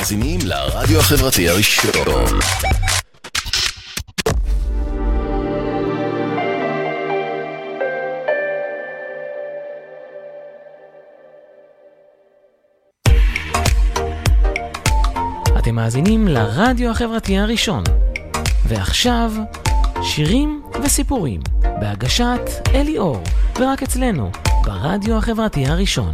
מאזינים לרדיו החברתי הראשון. אתם מאזינים לרדיו החברתי הראשון. ועכשיו, שירים וסיפורים, בהגשת אלי אור, ורק אצלנו, ברדיו החברתי הראשון.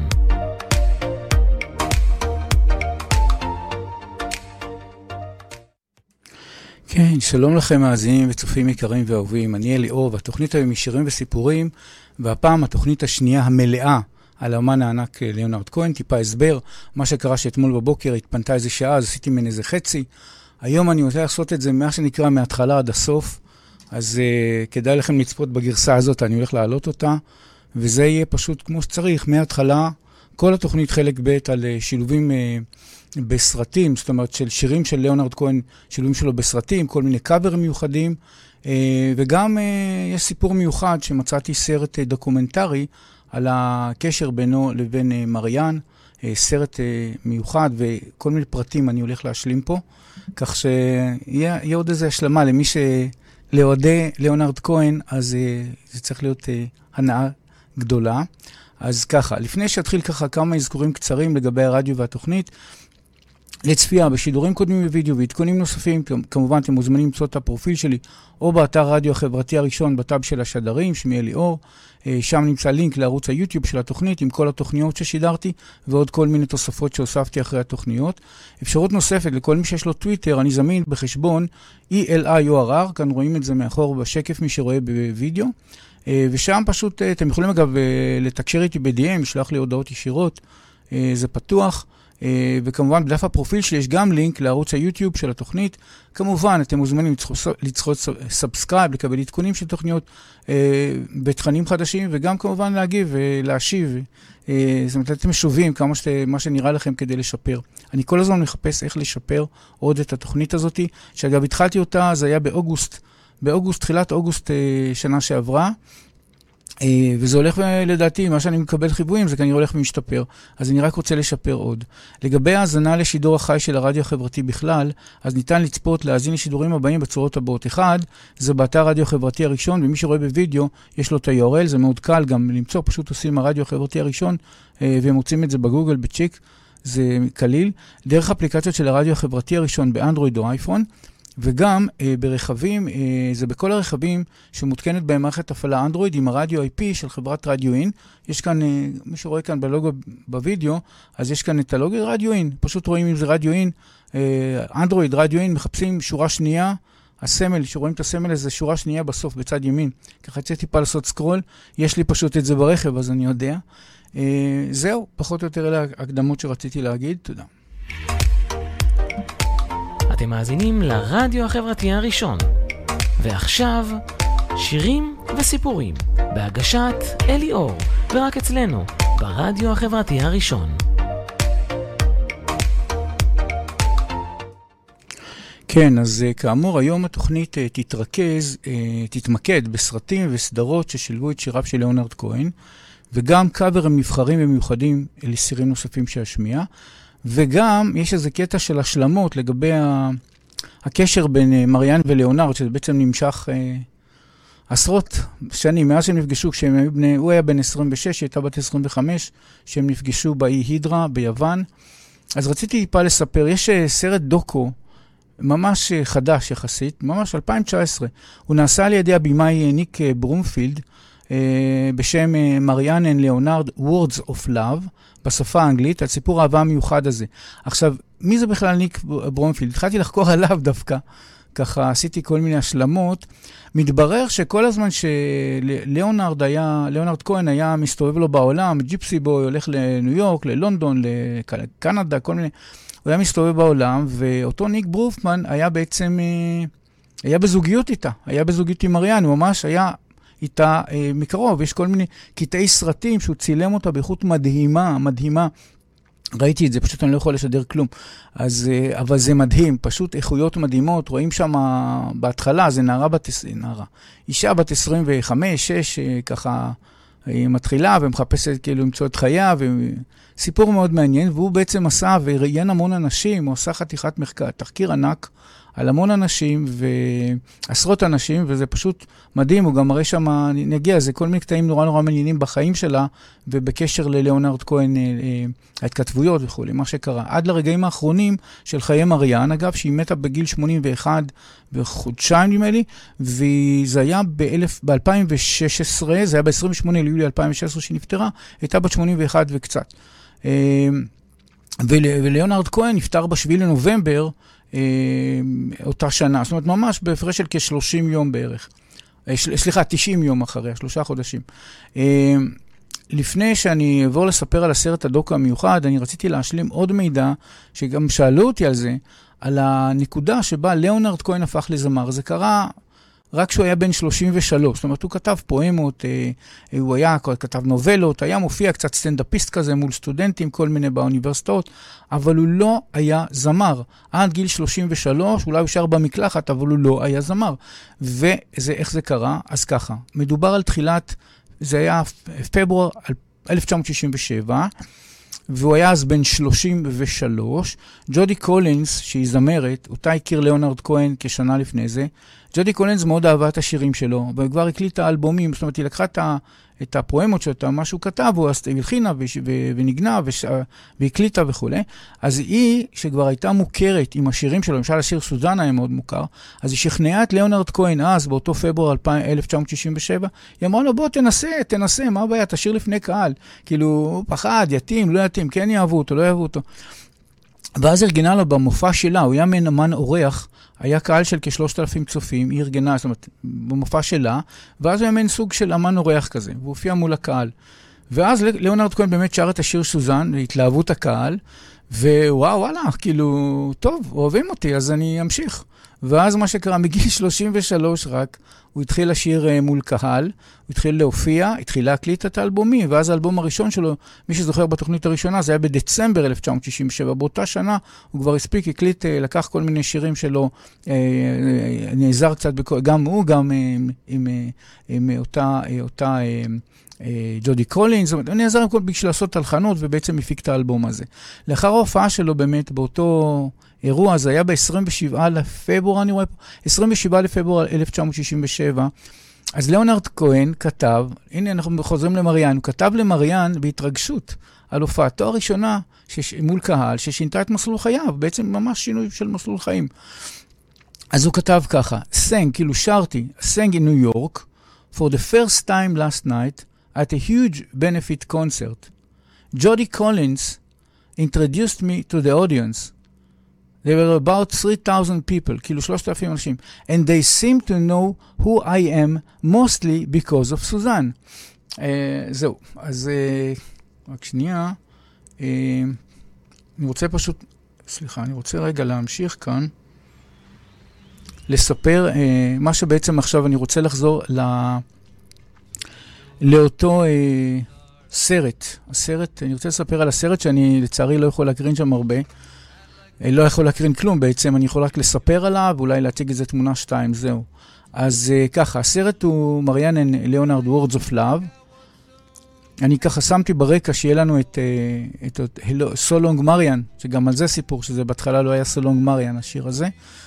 כן, שלום לכם מאזינים וצופים יקרים ואהובים, אני אלי אור, והתוכנית היום היא שירים וסיפורים, והפעם התוכנית השנייה המלאה על האמן הענק ליאונרד כהן, טיפה הסבר, מה שקרה שאתמול בבוקר התפנתה איזה שעה, אז עשיתי מן איזה חצי, היום אני רוצה לעשות את זה מה שנקרא מההתחלה עד הסוף, אז כדאי לכם לצפות בגרסה הזאת, אני הולך להעלות אותה, וזה יהיה פשוט כמו שצריך, מההתחלה, כל התוכנית חלק ב' על שילובים בסרטים, זאת אומרת של שירים של ליאונרד כהן, שילובים שלו בסרטים, כל מיני קאברים מיוחדים, וגם יש סיפור מיוחד שמצאתי סרט דוקומנטרי על הקשר בינו לבין מריאן, סרט מיוחד וכל מיני פרטים אני הולך להשלים פה, כך שיהיה עוד איזו השלמה למי שלאוהדי ליאונרד כהן, אז זה צריך להיות הנאה גדולה. אז ככה, לפני שאתחיל ככה כמה אזכורים קצרים לגבי הרדיו והתוכנית, לצפייה בשידורים קודמים בווידאו ועדכונים נוספים, כמובן אתם מוזמנים למצוא את הפרופיל שלי או באתר רדיו החברתי הראשון בטאב של השדרים, שמי אלי אור, שם נמצא לינק לערוץ היוטיוב של התוכנית עם כל התוכניות ששידרתי ועוד כל מיני תוספות שהוספתי אחרי התוכניות. אפשרות נוספת לכל מי שיש לו טוויטר, אני זמין בחשבון ELIORR, כאן רואים את זה מאחור בשקף מי שרואה בווידאו, ושם פשוט אתם יכולים אגב לתקשר איתי ב-DM, לשלוח לי הודעות ישירות, זה פתוח. וכמובן בדף הפרופיל שלי יש גם לינק לערוץ היוטיוב של התוכנית. כמובן אתם מוזמנים לצחות סאבסקרייב, לקבל עדכונים של תוכניות בתכנים חדשים, וגם כמובן להגיב ולהשיב. זאת אומרת, אתם משובים מה שנראה לכם כדי לשפר. אני כל הזמן מחפש איך לשפר עוד את התוכנית הזאת, שאגב התחלתי אותה, זה היה באוגוסט, תחילת אוגוסט שנה שעברה, וזה הולך לדעתי, מה שאני מקבל חיבויים, זה כנראה הולך ומשתפר, אז אני רק רוצה לשפר עוד. לגבי ההאזנה לשידור החי של הרדיו החברתי בכלל, אז ניתן לצפות להאזין לשידורים הבאים בצורות הבאות. אחד, זה באתר רדיו החברתי הראשון, ומי שרואה בווידאו, יש לו את ה-URL, זה מאוד קל גם למצוא, פשוט עושים הרדיו החברתי הראשון, ומוצאים את זה בגוגל, בצ'יק, זה קליל. דרך אפליקציות של הרדיו החברתי הראשון באנדרואיד או אייפון, וגם ברכבים, זה בכל הרכבים שמותקנת בהם מערכת הפעלה אנדרואיד עם הרדיו IP של חברת רדיו אין. יש כאן, מי שרואה כאן בלוגו בווידאו, אז יש כאן את הלוגו רדיו אין. פשוט רואים אם זה רדיו אין, אנדרואיד, רדיו אין, מחפשים שורה שנייה, הסמל, שרואים את הסמל הזה, שורה שנייה בסוף בצד ימין. ככה יצא טיפה לעשות סקרול, יש לי פשוט את זה ברכב, אז אני יודע. זהו, פחות או יותר אלה הקדמות שרציתי להגיד. תודה. אתם מאזינים לרדיו החברתי הראשון. ועכשיו, שירים וסיפורים, בהגשת אלי אור, ורק אצלנו, ברדיו החברתי הראשון. כן, אז כאמור, היום התוכנית תתמקד בסרטים וסדרות ששילבו את שיריו של ליאונרד כהן, וגם קאברים מבחרים ומיוחדים לשירים נוספים שהשמיע, וגם יש איזה קטע של השלמות לגבי הקשר בין מריאן וליאונרד, שזה בעצם נמשך עשרות שנים, מאז שהם נפגשו, הוא היה בן 26, היא הייתה בת 25, שהם נפגשו באי הידרה ביוון. אז רציתי טיפה לספר, יש סרט דוקו, ממש חדש יחסית, ממש 2019, הוא נעשה על ידי הבימאי ניק ברומפילד, בשם מריאן and ליאונרד Words of Love, בשפה האנגלית, על סיפור האהבה המיוחד הזה. עכשיו, מי זה בכלל ניק ברומפילד? התחלתי לחקור עליו דווקא, ככה עשיתי כל מיני השלמות. מתברר שכל הזמן שליאונרד כהן היה מסתובב לו בעולם, ג'יפסי בוי, הולך לניו יורק, ללונדון, לקנדה, כל מיני, הוא היה מסתובב בעולם, ואותו ניק ברומפמן היה בעצם, היה בזוגיות איתה, היה בזוגיות עם מריאן, הוא ממש היה איתה מקרוב, יש כל מיני קטעי סרטים שהוא צילם אותה באיכות מדהימה, ראיתי את זה, פשוט אני לא יכול לשדר כלום, אז, אבל זה מדהים, פשוט איכויות מדהימות, רואים שם בהתחלה, זה אישה בת 25, 6, ככה, היא מתחילה ומחפשת כאילו למצוא את חייה, וסיפור מאוד מעניין, והוא בעצם עשה וראיין המון אנשים, הוא עשה חתיכת מחקר, תחקיר ענק על המון אנשים ועשרות אנשים, וזה פשוט מדהים, הוא גם מראה שם, נגיע, זה כל מיני קטעים נורא נורא מעניינים בחיים שלה, ובקשר לליאונרד כהן, ההתכתבויות וכו', מה שקרה. עד לרגעים האחרונים של חיי מריאן, אגב, שהיא מתה בגיל 81 וחודשיים נדמה לי, וזה היה ב-2016, זה היה ב-28 ליולי 2016 שהיא נפטרה, הייתה בת 81 וקצת. וליאונרד כהן נפטר ב7 לנובמבר, אותה שנה, זאת אומרת ממש בהפרש של כ-30 יום בערך. סליחה, 90 יום אחריה, 3 חודשים. לפני שאני אעבור לספר על הסרט הדוקו המיוחד, אני רציתי להשלים עוד מידע, שגם שאלו אותי על זה, על הנקודה שבה ליאונרד כהן הפך לזמר. זה קרה רק כשהוא היה בן 33, זאת אומרת, הוא כתב פואמות, הוא כתב נובלות, היה מופיע קצת סטנדאפיסט כזה מול סטודנטים, כל מיני באוניברסיטאות, אבל הוא לא היה זמר. עד גיל 33, אולי הוא שר במקלחת, אבל הוא לא היה זמר. ואיך זה קרה? אז ככה, מדובר על תחילת, זה היה פברואר 1967, והוא היה אז בן 33, ג'ודי קולינס, שהיא זמרת, אותה הכיר ליאונרד כהן כשנה לפני זה, ג'ודי קולינס מאוד אהבה את השירים שלו, וכבר הקליטה אלבומים, זאת אומרת, היא לקחה את הפואמות שאותה, מה שהוא כתב, הוא הלחינה ונגנה והקליטה וכו'. אז היא, שכבר הייתה מוכרת עם השירים שלו, למשל השיר סוזנה היה מאוד מוכר, אז היא שכנעה את ליאונרד כהן אז, באותו פברואר 1967, היא אמרה לו, בוא תנסה, מה הבעיה, תשיר לפני קהל. כאילו, הוא פחד, יתאים, לא יתאים, כן יאהבו אותו, לא יאהבו אותו. ואז ארגנה לו במופע שלה, הוא היה אמן אורח, היה קהל של כ-3,000 צופים, היא ארגנה, זאת אומרת, במופע שלה, ואז הוא היה מין סוג של אמן אורח כזה, והוא הופיע מול הקהל. ואז ליאונרד כהן באמת שר את השיר סוזן, להתלהבות הקהל, ווואו, וואלה, כאילו, טוב, אוהבים אותי, אז אני אמשיך. ואז מה שקרה, מגיל 33 רק, הוא התחיל לשיר מול קהל, הוא התחיל להופיע, התחיל להקליט את האלבומים, ואז האלבום הראשון שלו, מי שזוכר בתוכנית הראשונה, זה היה בדצמבר 1967, באותה שנה הוא כבר הספיק, הקליט, לקח כל מיני שירים שלו, נעזר קצת, גם הוא, גם עם אותה ג'ודי קולינס, זאת אומרת, הוא נעזר בשביל לעשות תלחנות, ובעצם הפיק את האלבום הזה. לאחר ההופעה שלו באמת, באותו אירוע, זה היה ב-27 לפברואר, אני רואה פה, 27 לפברואר 1967, אז ליאונרד כהן כתב, הנה אנחנו חוזרים למריאן, הוא כתב למריאן בהתרגשות על הופעתו הראשונה מול קהל, ששינתה את מסלול חייו, בעצם ממש שינוי של מסלול חיים. אז הוא כתב ככה, כאילו שרתי, sang in New York, for the first time last night, at a huge benefit concert. Jody Collins introduced me to the audience. There were about 3,000 people, כאילו 3,000 אנשים. And they seem to know who I am, mostly because of Suzanne. זהו. אז רק שנייה. אני רוצה פשוט, סליחה, אני רוצה רגע להמשיך כאן. לספר מה שבעצם עכשיו אני רוצה לחזור לאותו סרט. הסרט, אני רוצה לספר על הסרט שאני לצערי לא יכול להקרין שם הרבה. לא יכול להקרין כלום בעצם, אני יכול רק לספר עליו, ואולי להציג איזה תמונה 2, זהו. אז ככה, הסרט הוא מריאן אנד ליאונרד Words of Love. אני ככה שמתי ברקע שיהיה לנו את So Long Marian, שגם על זה סיפור, שזה בהתחלה לא היה So Long Marian, השיר הזה.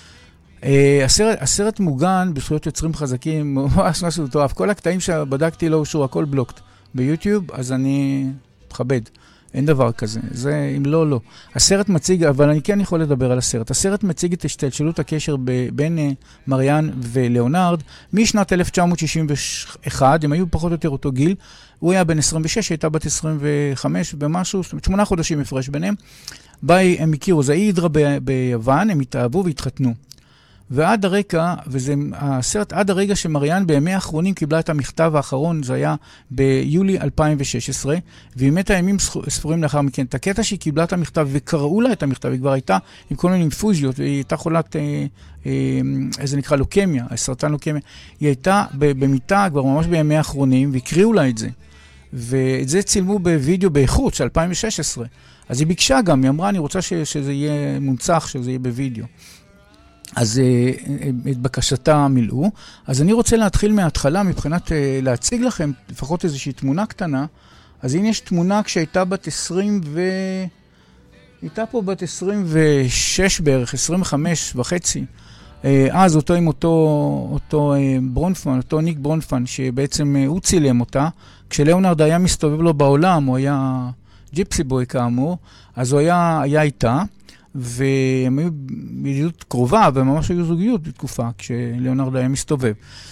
הסרט מוגן בזכויות יוצרים חזקים, ממש משהו טוב. כל הקטעים שבדקתי לו שהוא הכל בלוקט ביוטיוב, אז אני מכבד. אין דבר כזה. זה, אם לא, לא. הסרט מציג, אבל אני כן יכול לדבר על הסרט. הסרט מציג את השתלשלות הקשר בין מריאן וליאונרד משנת 1961, הם היו פחות או יותר אותו גיל. הוא היה בן 26, הייתה בת 25 במשהו, זאת אומרת, 8 חודשים הפרש ביניהם. ביי, הם הכירו, זה הידרה ביוון, הם התאהבו והתחתנו. ועד הרקע, וזה הסרט עד הרגע שמריאן בימי האחרונים קיבלה את המכתב האחרון, זה היה ביולי 2016, והיא מתה ימים ספורים לאחר מכן. את הקטע שהיא קיבלה את המכתב וקראו לה את המכתב, היא כבר הייתה עם כל מיני אינפוזיות, והיא הייתה חולת, איזה נקרא לוקמיה, סרטן לוקמיה, היא הייתה במיטה כבר ממש בימי האחרונים, והקריאו לה את זה. ואת זה צילמו בווידאו באיכות של 2016. אז היא ביקשה גם, היא אמרה, אני רוצה שזה יהיה מונצח, שזה יהיה בווידאו. אז את בקשתה מילאו. אז אני רוצה להתחיל מההתחלה, מבחינת להציג לכם לפחות איזושהי תמונה קטנה. אז הנה יש תמונה כשהייתה בת 20 הייתה פה בת 26 בערך, 25 וחצי. אז אותו עם אותו ברונפמן, אותו ניק ברונפמן, שבעצם הוא צילם אותה. כשליאונרד היה מסתובב לו בעולם, הוא היה ג'יפסי בוי כאמור, אז הוא היה איתה, והם היו בידידות קרובה, וממש היו זוגיות בתקופה, כשליאונרד היה מסתובב.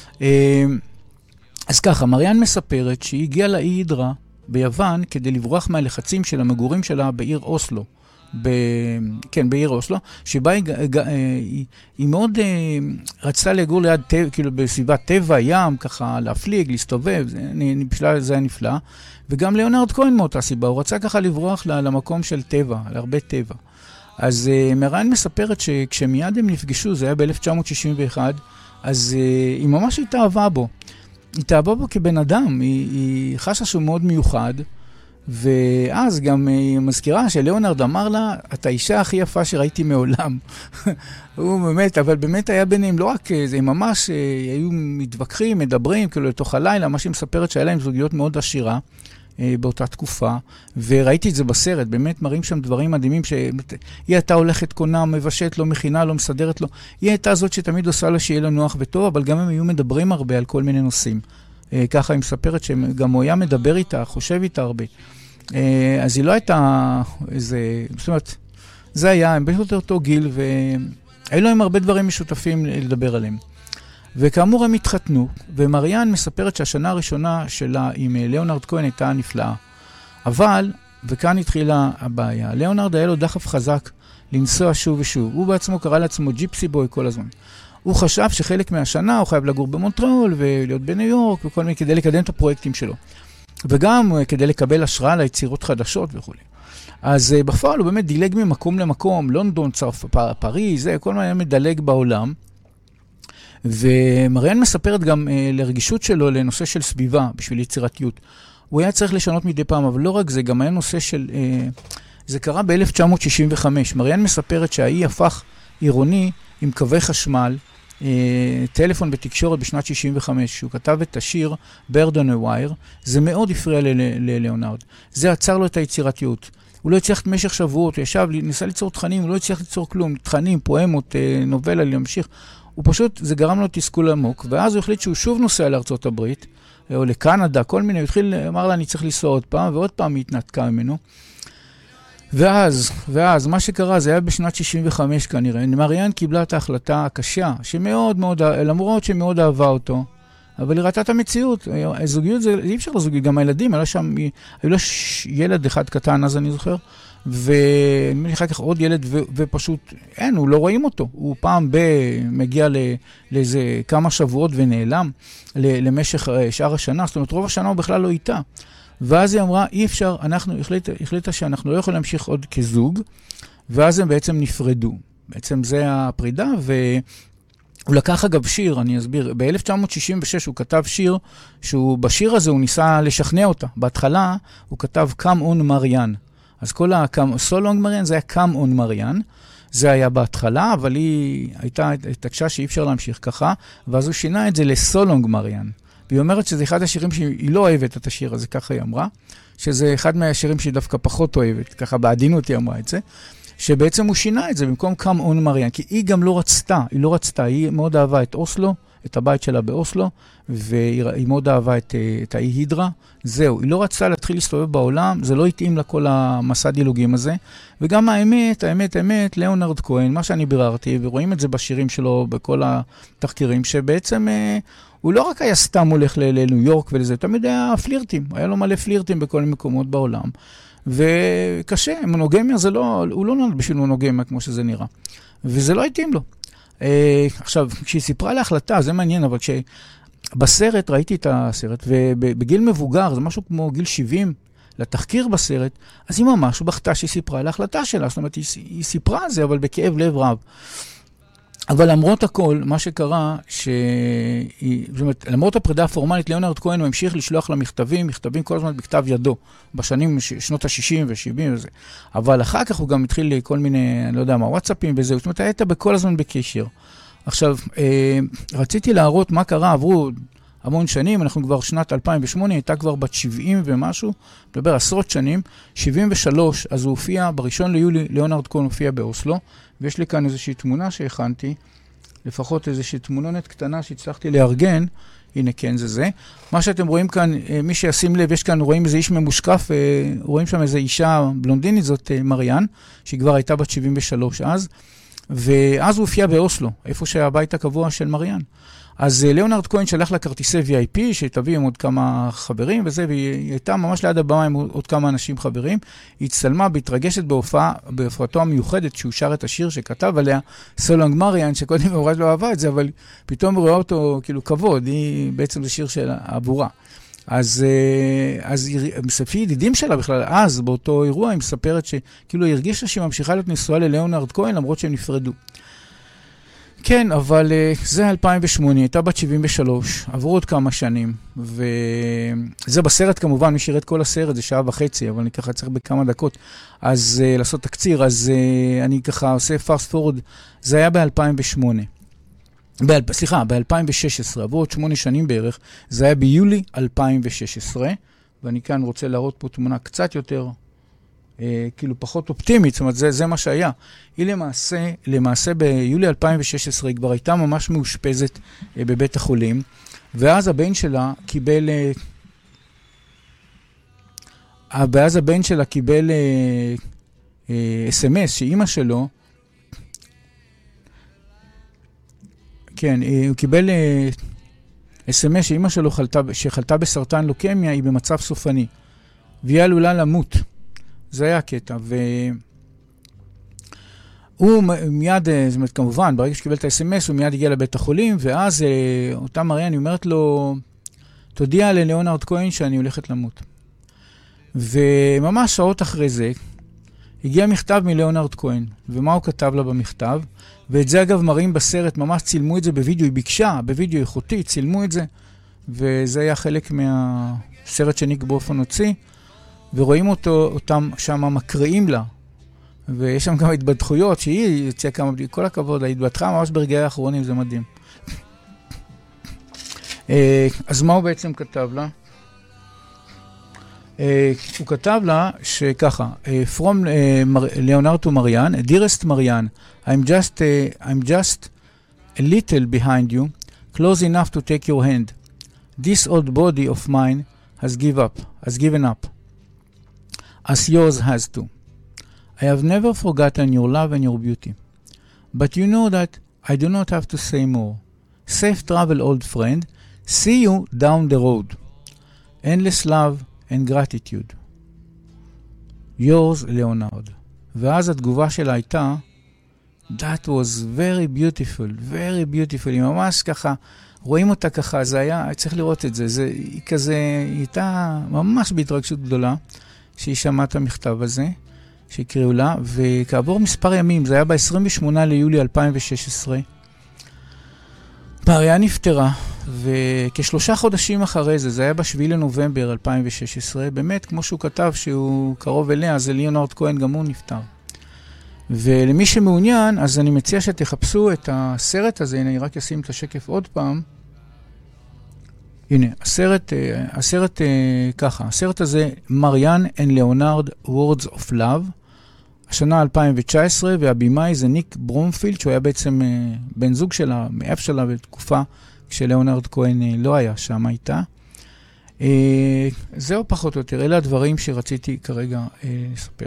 אז ככה, מריאן מספרת שהיא הגיעה לאי הידרה ביוון, כדי לברוח מהלחצים של המגורים שלה בעיר אוסלו. בעיר אוסלו, שבה היא מאוד רצתה לגור ליד, כאילו בסביבת טבע, ים, ככה להפליג, להסתובב, זה היה נפלא. וגם ליאונרד כהן מאותה סיבה, הוא רצה ככה לברוח למקום של טבע, להרבה טבע. אז מריאן מספרת שכשמיד הם נפגשו, זה היה ב-1961, אז היא ממש התאהבה בו. היא התאהבה בו כבן אדם, היא חשה שהוא מאוד מיוחד, ואז גם היא מזכירה שליאונרד אמר לה, את האישה הכי יפה שראיתי מעולם. הוא באמת, אבל באמת היה ביניהם, לא רק זה, ממש היו מתווכחים, מדברים, כאילו לתוך הלילה, מה שהיא מספרת שהיה להם זוגיות מאוד עשירה באותה תקופה, וראיתי את זה בסרט, באמת מראים שם דברים מדהימים, שהיא הייתה הולכת קונה, מבשת לו, מכינה לו, מסדרת לו, היא הייתה זאת שתמיד עושה לה שיהיה לו נוח וטוב, אבל גם הם היו מדברים הרבה על כל מיני נושאים. ככה היא מספרת שגם הוא היה מדבר איתה, חושב איתה הרבה. אז היא לא הייתה איזה, זאת אומרת, זה היה, הם ביותר אותו גיל, והיו להם הרבה דברים משותפים לדבר עליהם. וכאמור הם התחתנו, ומריאן מספרת שהשנה הראשונה שלה עם ליאונרד כהן הייתה נפלאה. אבל, וכאן התחילה הבעיה, ליאונרד היה לו דחף חזק לנסוע שוב ושוב. הוא בעצמו קרא לעצמו ג'יפסי בוי כל הזמן. הוא חשב שחלק מהשנה הוא חייב לגור במונטריאול ולהיות בניו יורק וכל מיני כדי לקדם את הפרויקטים שלו. וגם כדי לקבל השראה ליצירות חדשות וכו'. אז בפועל הוא באמת דילג ממקום למקום, לונדון, פריז, כל מיני מדלג בעולם. ומריאן מספרת גם לרגישות שלו לנושא של סביבה בשביל יצירתיות. הוא היה צריך לשנות מדי פעם, אבל לא רק זה, גם היה נושא של... זה קרה ב-1965. מריאן מספרת שהאי הפך עירוני עם קווי חשמל, טלפון בתקשורת בשנת 65, שהוא כתב את השיר Bird on a Wire, זה מאוד הפריע לליאונרד. זה עצר לו את היצירתיות. הוא לא הצליח במשך שבועות, הוא ישב, ניסה ליצור תכנים, הוא לא הצליח ליצור כלום, תכנים, פואמות, נובלה, להמשיך. הוא פשוט, זה גרם לו תסכול עמוק, ואז הוא החליט שהוא שוב נוסע לארצות הברית, או לקנדה, כל מיני, הוא התחיל, אמר לה, אני צריך לנסוע עוד פעם, ועוד פעם היא התנתקה ממנו. ואז, מה שקרה, זה היה בשנת 65 כנראה, מריאן קיבלה את ההחלטה הקשה, שמאוד מאוד, למרות שמאוד אהבה אותו, אבל היא ראתה את המציאות, הזוגיות זה, אי אפשר לזוגיות, גם הילדים, היו לה ילד אחד קטן, אז אני זוכר, ואני אחר כך עוד ילד, ופשוט, אין, הוא לא רואים אותו, הוא פעם מגיע לאיזה כמה שבועות ונעלם, למשך שאר השנה, זאת אומרת, רוב השנה הוא בכלל לא איתה. ואז היא אמרה, אי אפשר, החליטה שאנחנו לא יכולים להמשיך עוד כזוג, ואז הם בעצם נפרדו. בעצם זה הפרידה, והוא לקח אגב שיר, אני אסביר, ב-1966 הוא כתב שיר, בשיר הזה הוא ניסה לשכנע אותה. בהתחלה הוא כתב Come on Marianne. אז כל So Long Marianne זה היה Come on Marianne, זה היה בהתחלה, אבל היא הייתה התעקשה שאי אפשר להמשיך ככה, ואז הוא שינה את זה ל-So Long Marianne. והיא אומרת שזה אחד השירים שהיא לא אוהבת את השיר הזה, ככה היא אמרה, שזה אחד מהשירים שהיא דווקא פחות אוהבת, ככה בעדינות היא אמרה את זה, שבעצם הוא שינה את זה במקום Come on Marianne, כי היא גם לא רצתה, היא מאוד אהבה את אוסלו, את הבית שלה באוסלו, והיא מאוד אהבה את האי הידרה, זהו, היא לא רצתה להתחיל להסתובב בעולם, זה לא התאים לה כל המסע דילוגים הזה, וגם האמת, ליאונרד כהן, מה שאני ביררתי, ורואים את זה בשירים שלו, בכל התחקירים, שבעצם הוא לא רק היה סתם הולך לניו יורק ולזה, תמיד היה פלירטים, היה לו מלא פלירטים בכל מקומות בעולם, וקשה, מונוגמיה זה לא, הוא לא נולד בשביל מונוגמיה כמו שזה נראה, וזה לא התאים לו. עכשיו, כשהיא סיפרה להחלטה, זה מעניין, אבל כשבסרט, ראיתי את הסרט, ובגיל מבוגר, זה משהו כמו גיל 70, לתחקיר בסרט, אז היא ממש בכתה שהיא סיפרה להחלטה שלה, זאת אומרת, היא סיפרה על זה, אבל בכאב לב רב. אבל למרות הכל, מה שקרה, זאת אומרת, למרות הפרידה הפורמלית, ליאונרד כהן הוא המשיך לשלוח לה מכתבים כל הזמן בכתב ידו, בשנים שנות ה-60 ו-70 וזה. אבל אחר כך הוא גם התחיל כל מיני, אני לא יודע מה, וואטסאפים וזה, זאת אומרת, הייתה בכל הזמן בקשר. עכשיו, רציתי להראות מה קרה, עברו המון שנים, אנחנו כבר שנת 2008, הייתה כבר בת 70 ומשהו, מדבר עשרות שנים, 73, אז הוא הופיע, בראשון ליולי, ליאונרד כהן הופיע באוסלו, ויש לי כאן איזושהי תמונה שהכנתי, לפחות איזושהי תמונונת קטנה שהצלחתי לארגן, הנה כן זה. מה שאתם רואים כאן, מי שישים לב, יש כאן, רואים איזה איש ממושקף, רואים שם איזו אישה בלונדינית, זאת מריאן, שהיא כבר הייתה בת 73 אז, ואז הוא הופיע באוסלו, איפה שהבית הקבוע של מריאן. אז ליאונרד כהן שלח לה כרטיסי VIP, שתביא עם עוד כמה חברים וזה, והיא הייתה ממש ליד הבמה עם עוד כמה אנשים חברים. היא הצטלמה בהתרגשת בהופעתו המיוחדת, שהוא שר את השיר שכתב עליה, סולנג מריאן, שקודם הוא לא אהבה את זה, אבל פתאום רואה אותו כאילו כבוד, בעצם זה שיר של עבורה. אז מספי ידידים שלה בכלל, אז באותו אירוע, היא מספרת שכאילו היא הרגישה שהיא ממשיכה להיות נשואה לליאונרד כהן, למרות שהם נפרדו. כן, אבל זה 2008, הייתה בת 73, עברו עוד כמה שנים, וזה בסרט כמובן, מי שירת כל הסרט, זה שעה וחצי, אבל אני ככה צריך בכמה דקות, אז לעשות תקציר, אז אני ככה עושה fast forward, זה היה ב-2008, סליחה, ב-2016, עברו עוד 8 שנים בערך, זה היה ביולי 2016, ואני כאן רוצה להראות פה תמונה קצת יותר, כאילו פחות אופטימית, זאת אומרת, זה מה שהיה. היא למעשה ביולי 2016 היא כבר הייתה ממש מאושפזת בבית החולים, ואז הבן שלה קיבל, SMS שאימא שלו, כן, הוא קיבל SMS שאימא שלו שחלתה בסרטן לוקמיה, היא במצב סופני, והיא עלולה למות. זה היה הקטע, והוא מיד, זאת אומרת, כמובן, ברגע שקיבל את ה-SMS, הוא מיד הגיע לבית החולים, ואז אותה מריאן, היא אומרת לו, תודיע לליאונרד כהן שאני הולכת למות. וממש שעות אחרי זה, הגיע מכתב מליאונרד כהן, ומה הוא כתב לה במכתב, ואת זה אגב מראים בסרט, ממש צילמו את זה בווידאו, היא ביקשה, בווידאו איכותי, צילמו את זה, וזה היה חלק מהסרט שניק באופן הוציא, ורואים אותם שם מקריאים לה, ויש שם גם התבדחויות, שהיא יוצאה כמה, כל הכבוד, ההתבדחה ממש ברגעי האחרונים, זה מדהים. אז מה הוא בעצם כתב לה? הוא כתב לה שככה, From Leonard to Marianne, Dearest Marianne, I'm just a little behind you, close enough to take your hand. This old body of mine has given up. As yours has too. I have never forgotten your love and your beauty. But you know that I do not have to say more. Safe travel, old friend. See you down the road. Endless love and gratitude. Yours, Leonard. ואז התגובה שלה הייתה, That was very beautiful, very beautiful. היא ממש ככה, רואים אותה ככה, זה היה, צריך לראות את זה. היא כזה, היא הייתה ממש בהתרגשות גדולה. שהיא שמעה את המכתב הזה, שהקריאו לה, וכעבור מספר ימים, זה היה ב-28 ליולי 2016, מריאן נפטרה, וכ3 חודשים אחרי זה, זה היה ב7 לנובמבר 2016, באמת, כמו שהוא כתב שהוא קרוב אליה, אז ליאונרד כהן גם הוא נפטר. ולמי שמעוניין, אז אני מציע שתחפשו את הסרט הזה, הנה, אני רק אשים את השקף עוד פעם, הנה, הסרט ככה, הסרט הזה, מריאן and ליאונרד, Words of Love, השנה 2019, והבימאי זה ניק ברומפילד, שהוא היה בעצם בן זוג שלה, מאף שלה בתקופה, כשליאונרד כהן לא היה שם איתה. זהו פחות או יותר, אלה הדברים שרציתי כרגע לספר.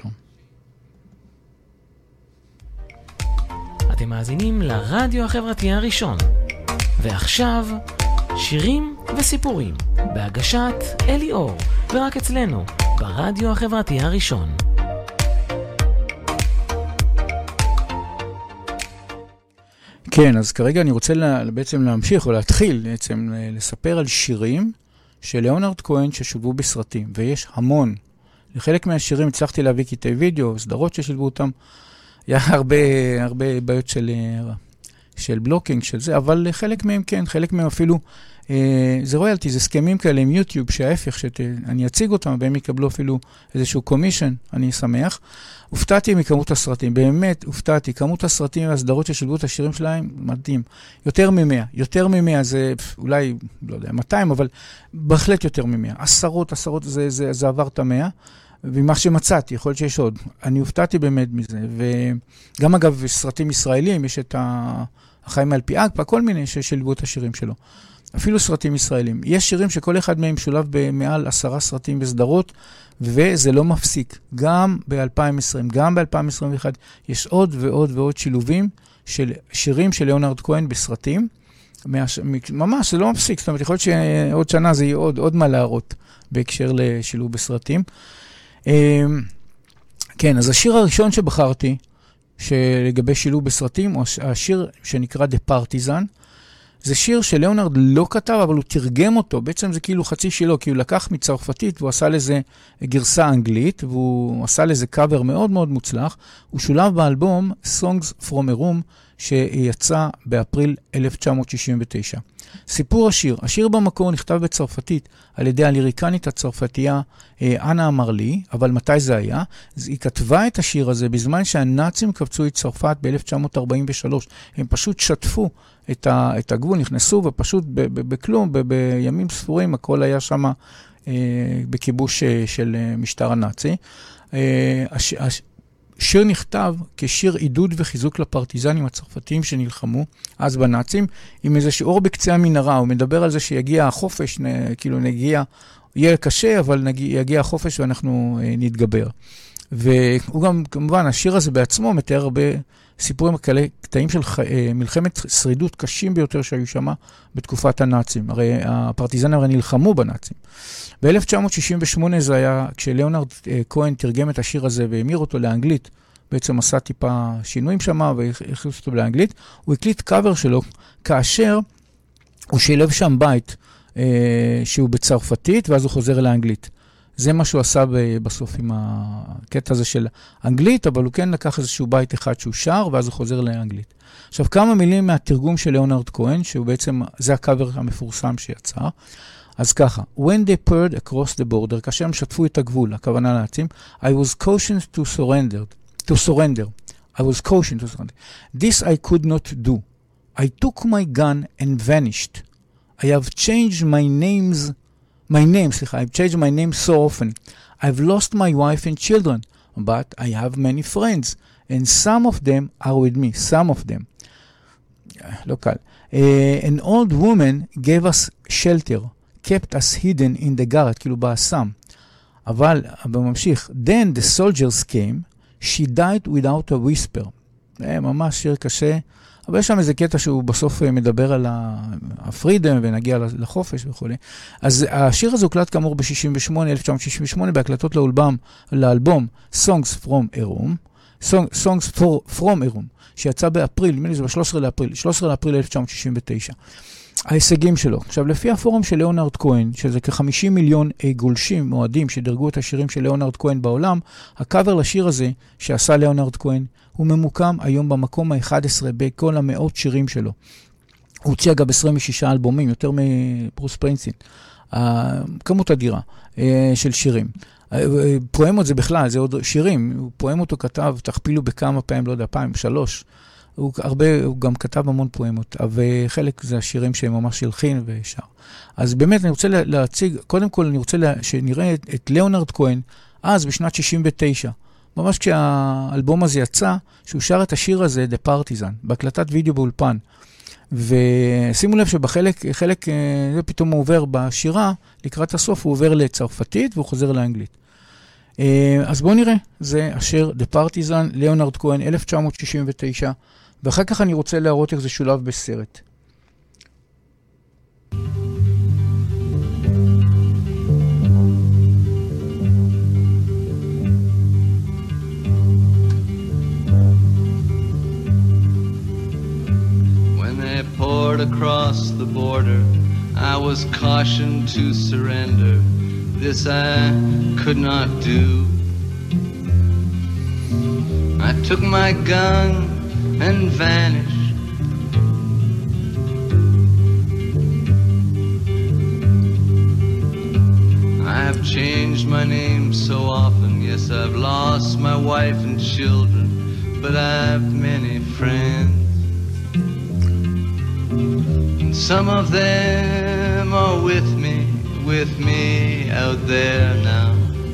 אתם מאזינים לרדיו החברתי הראשון, ועכשיו שירים וסיפורים, בהגשת אלי אור, ורק אצלנו, ברדיו החברתי הראשון. כן, אז כרגע אני רוצה בעצם להמשיך או להתחיל בעצם לספר על שירים של ליאונרד כהן ששולבו בסרטים, ויש המון. לחלק מהשירים הצלחתי להביא קטעי וידאו, סדרות ששילבו אותם. היה הרבה בעיות של בלוקינג של זה, אבל חלק מהם כן, חלק מהם אפילו, זה רויאלטי, זה סכמים כאלה עם יוטיוב, שההפך, שאני אציג אותם, והם יקבלו אפילו איזשהו קומישן, אני שמח. הופתעתי מכמות הסרטים, באמת הופתעתי, כמות הסרטים והסדרות ששילבו את השירים שלהם, מדהים. יותר מ-100, זה אולי, לא יודע, 200, אבל בהחלט יותר מ-100. עשרות, זה עבר את 100, ומה שמצאתי, יכול להיות שיש עוד. אני הופתעתי באמת מזה, וגם אגב, סרטים ישראלים, יש את החיים על פי אגפא, כל מיני ששילבו את השירים שלו. אפילו סרטים ישראלים. יש שירים שכל אחד מהם שולב במעל 10 סרטים וסדרות, וזה לא מפסיק. גם ב-2020, גם ב-2021, יש עוד ועוד ועוד שילובים של שירים של ליאונרד כהן בסרטים. ממש, זה לא מפסיק. זאת אומרת, יכול להיות שעוד שנה זה יהיה עוד מה להראות בהקשר לשילוב בסרטים. כן, אז השיר הראשון שבחרתי, שלגבי שילוב בסרטים, הוא השיר שנקרא The Partisan. זה שיר שליאונרד לא כתב, אבל הוא תרגם אותו. בעצם זה כאילו חצי שלו, כי הוא לקח מצרפתית, והוא עשה לזה גרסה אנגלית, והוא עשה לזה קאבר מאוד מאוד מוצלח. הוא שולב באלבום Songs from a Room, שיצא באפריל 1969. סיפור השיר במקור נכתב בצרפתית, על ידי הליריקנית הצרפתייה אנה אמרלי, אבל מתי זה היה? היא כתבה את השיר הזה בזמן שהנאצים קבצו את צרפת ב-1943. הם פשוט שטפו את הגבול, נכנסו ופשוט בכלום, בימים ספורים, הכל היה שם בכיבוש של משטר הנאצי. שיר נכתב כשיר עידוד וחיזוק לפרטיזנים הצרפתיים שנלחמו אז בנאצים, עם איזשהו אור בקצה המנהרה. הוא מדבר על זה שיגיע החופש, כאילו יהיה קשה, אבל יגיע החופש ואנחנו נתגבר. והוא גם, כמובן, השיר הזה בעצמו מתאר הרבה סיפורים כאלה, קטעים של מלחמת שרידות קשים ביותר שהיו שם בתקופת הנאצים. הרי הפרטיזנים הרי נלחמו בנאצים. ב-1968 זה היה, כשליאונרד כהן תרגם את השיר הזה והמיר אותו לאנגלית, בעצם עשה טיפה שינויים שם והכניס אותו לאנגלית, הוא הקליט קאבר שלו כאשר הוא שילב שם בית שהוא בצרפתית ואז הוא חוזר לאנגלית. זה מה שהוא עשה בסוף עם הקטע הזה של אנגלית, אבל הוא כן לקח איזשהו בית אחד שהוא שר, ואז הוא חוזר לאנגלית. עכשיו, כמה מילים מהתרגום של ליאונרד כהן, שהוא בעצם, זה הקאבר המפורסם שיצא. אז ככה, when they poured across the border, כאשר הם שטפו את הגבול, הכוונה נאצים, I was cautioned to surrender. I was cautioned to surrender. This I could not do. I took my gun and vanished. I have changed I've changed my name so often. I've lost my wife and children, but I have many friends, and some of them are with me, some of them. Local. An old woman gave us shelter, kept us hidden in the garret, כאילו באסם. אבל בממשיך, then the soldiers came, she died without a whisper. ממש שיר קשה. אבל יש שם איזה קטע שהוא בסוף מדבר על הפרידם ונגיע לחופש וכו'. אז השיר הזה הוקלט כאמור ב-1968, בהקלטות לאלבום Songs from a Room, שיצא באפריל, נדמה לי זה ב-13 לאפריל 1969. ההישגים שלו. עכשיו, לפי הפורום של ליאונרד כהן, שזה כ-50 מיליון גולשים מועדים שדרגו את השירים של ליאונרד כהן בעולם, הקאבר לשיר הזה שעשה ליאונרד כהן, הוא ממוקם היום במקום ה-11 בכל המאות שירים שלו. הוא הוציא אגב 26 אלבומים, יותר מברוס ספרינגסטין. כמות אדירה של שירים. פואמות זה בכלל, זה עוד שירים. פואמות הוא כתב, תכפילו בכמה פעמים, לא יודע, פעם, 3. הוא גם כתב המון פואמות, וחלק זה השירים שהם ממש הלחין ושר. אז באמת אני רוצה להציג, קודם כל אני רוצה שנראה את ליאונרד כהן, אז בשנת 69, ממש כשהאלבום הזה יצא, שהוא שר את השיר הזה, The Partisan, בהקלטת וידאו באולפן. ושימו לב שבחלק, זה פתאום הוא עובר בשירה, לקראת הסוף הוא עובר לצרפתית והוא חוזר לאנגלית. אז בואו נראה, זה השיר The Partisan, ליאונרד כהן, 1969, ואחר כך אני רוצה להראות איך זה שולב בסרט. When they poured across the border, I was cautioned to surrender. This I could not do. I took my gun and vanished. my name so often. Yes, I've lost my wife and children, but I've many friends. And some of them are with me out there now.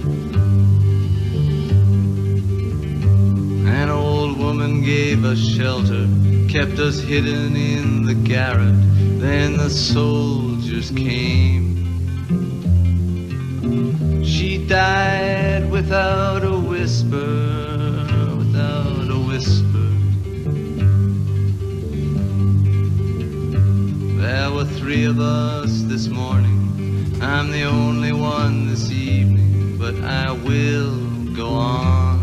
An old woman gave us shelter, kept us hidden in the garret. Then the soldiers came. She died without a whisper, without a whisper. There were 3 of us this morning. I'm the only one this evening, but I will go on.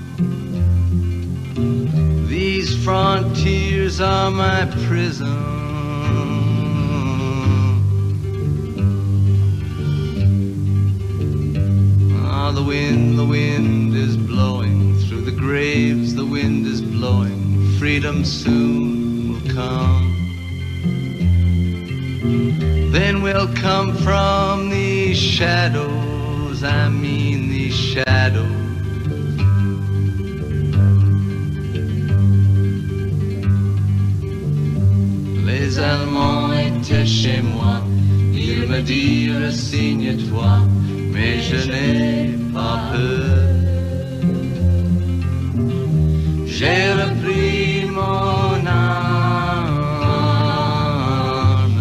These frontiers are my prison. Ah, the wind is blowing through the graves, the wind is blowing. Freedom soon will come. Then we'll come from these shadows, I mean these shadows. Les Allemands étaient chez moi, ils me dirent signe-toi, mais je n'ai pas peur. J'ai repris mon arme,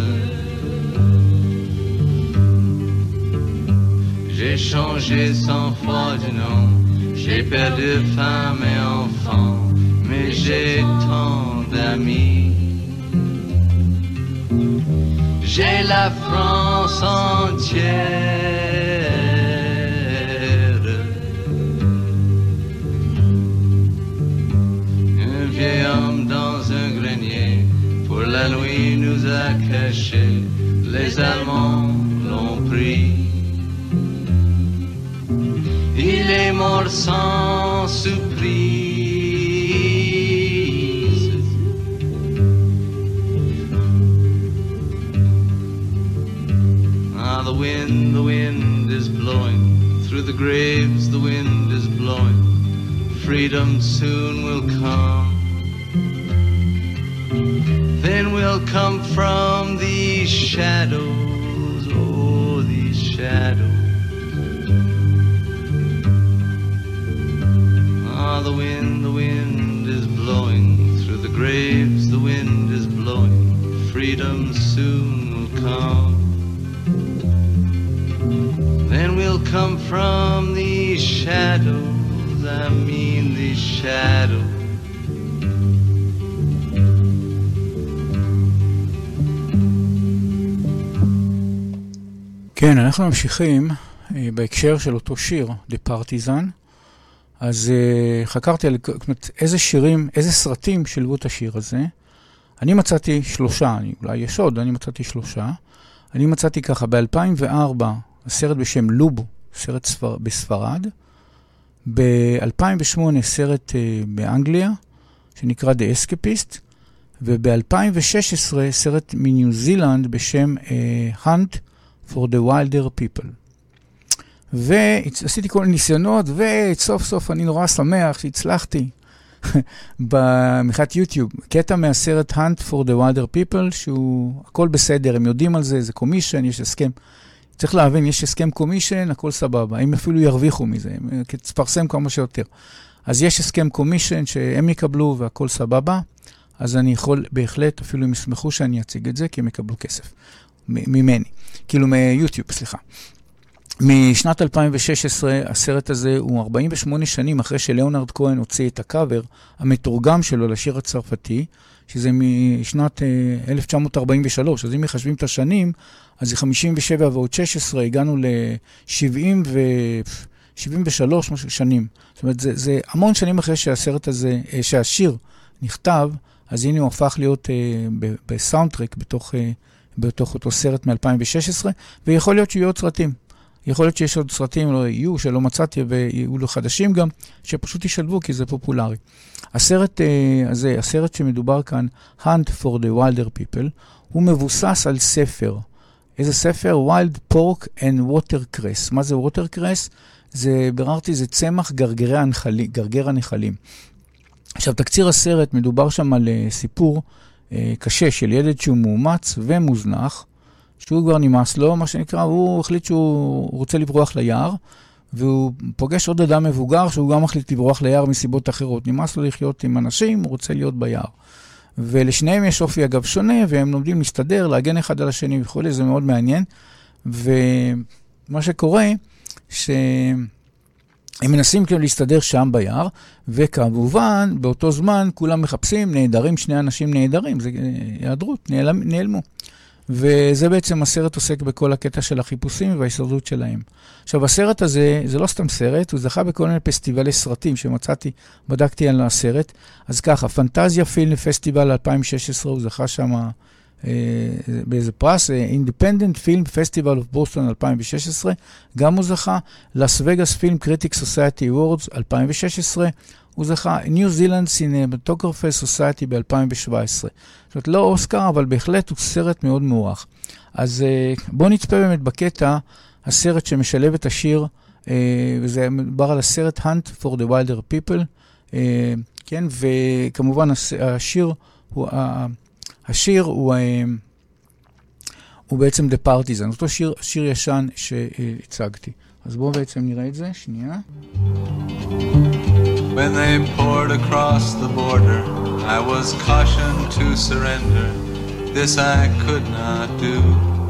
j'ai changé sans foi de nom, j'ai perdu femme et enfant, mais j'ai tant d'amis. J'ai la France entière. Un vieil homme dans un grenier, pour la nuit nous a cachés. Les Allemands l'ont pris. Il est mort sans surprise. The wind is blowing through the graves, the wind is blowing. Freedom soon will come. Then we'll come from these shadows, oh, these shadows. Ah, the wind is blowing through the graves, the wind is blowing. Freedom soon will come. Then we'll come from these shadows, I mean these shadows. כן, אנחנו ממשיכים בהקשר של אותו שיר, The Partisan. אז חקרתי על איזה שירים, איזה סרטים שילבו את השיר הזה. אני מצאתי 3, אולי יש עוד, אני מצאתי 3. אני מצאתי ככה, ב-2004, סרט בשם לובו, סרט בספרד. ב-2008 סרט באנגליה, שנקרא The Escapist. וב-2016 סרט מניו זילנד בשם Hunt for the Wilder People. ועשיתי כל ניסיונות, וסוף סוף אני נורא שמח שהצלחתי במחת יוטיוב. קטע מהסרט Hunt for the Wilder People, שהוא הכל בסדר, הם יודעים על זה, זה קומישן, יש הסכם. צריך להבין, יש הסכם קומישן, הכל סבבה. הם אפילו ירוויחו מזה, הם תפרסם כמה שיותר. אז יש הסכם קומישן שהם יקבלו והכל סבבה, אז אני יכול בהחלט, אפילו הם ישמחו שאני אציג את זה, כי הם יקבלו כסף. ממני. כאילו מיוטיוב, סליחה. משנת 2016, הסרט הזה הוא 48 שנים אחרי שליאונרד כהן הוציא את הקאבר המתורגם שלו לשיר הצרפתי, שזה משנת 1943. אז אם מחשבים את השנים, אז זה 57 ועוד 16, הגענו ל-73 שנים. זאת אומרת, זה המון שנים אחרי שהסרט הזה, שהשיר נכתב, אז הנה הוא הפך להיות בסאונדטרק בתוך אותו סרט מ-2016, ויכול להיות שיהיו עוד סרטים. יכול להיות שיש עוד סרטים, לא יהיו, שלא מצאתי, ויהיו לו חדשים גם, שפשוט ישלבו, כי זה פופולרי. הסרט הזה, הסרט שמדובר כאן, Hunt for the Wilder People, הוא מבוסס על ספר איזה ספר? Wild Pork and Watercress. מה זה Watercress? ביררתי, זה צמח גרגר הנחלים. עכשיו, תקציר הסרט מדובר שם על סיפור קשה של ילד שהוא מאומץ ומוזנח, שהוא כבר נמאס לו, מה שנקרא, הוא החליט שהוא רוצה לברוח ליער, והוא פוגש עוד אדם מבוגר שהוא גם החליט לברוח ליער מסיבות אחרות. נמאס לו לחיות עם אנשים, הוא רוצה להיות ביער. ולשניהם יש אופי אגב שונה, והם לומדים להסתדר, להגן אחד על השני וכו', זה מאוד מעניין. ומה שקורה, שהם מנסים כאילו להסתדר שם ביער, וכמובן, באותו זמן, כולם מחפשים נהדרים, שני אנשים נהדרים, זה היעדרות, נעלמו. וזה בעצם הסרט עוסק בכל הקטע של החיפושים וההישרדות שלהם. עכשיו, הסרט הזה, זה לא סתם סרט, הוא זכה בכל מיני פסטיבלי סרטים שמצאתי, בדקתי על הסרט. אז ככה, פנטזיה פילם פסטיבל 2016, הוא זכה שם באיזה פרס, Independent Film Festival of Boston 2016, גם הוא זכה, Las Vegas Film Critics Society Awards 2016, הוא זכה New Zealand Cinematography Society ב-2017. זאת אומרת, לא אוסקר, אבל בהחלט הוא סרט מאוד מוערך. אז בואו נצפה באמת בקטע, הסרט שמשלב את השיר, וזה מדובר על הסרט Hunt for the Wilder People, כן, וכמובן השיר הוא בעצם The Partisan, אותו שיר ישן שהצגתי. אז בואו בעצם נראה את זה, שנייה. When they poured across the border, I was cautioned to surrender. This I could not do.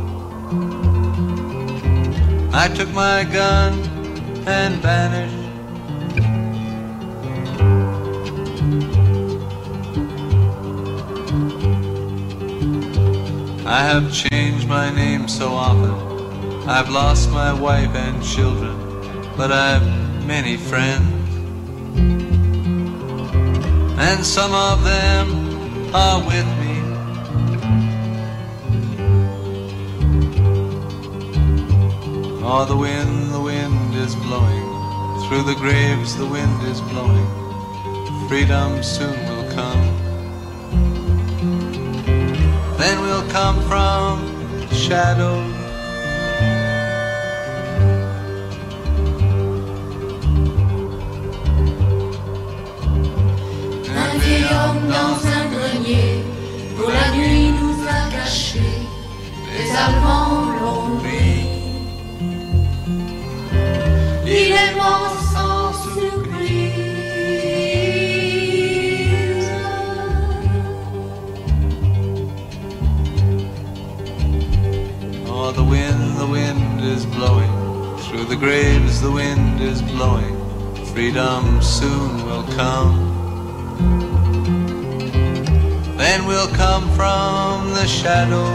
I took my gun and vanished. I have changed my name so often. I've lost my wife and children, but I've many friends. And some of them are with me. Oh, the wind is blowing. Through the graves the wind is blowing. Freedom soon will come. Then we'll come from shadows. Dans un grenier, pour la nuit nous a cachés, les Allemands l'ont pris. Il est mort sans surprise. Oh, the wind is blowing. Through the graves the wind is blowing. Freedom soon will come. Then we'll come from the shadow.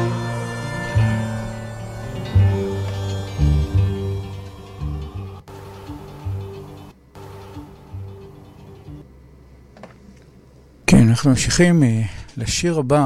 כן, אנחנו ממשיכים לשיר הבא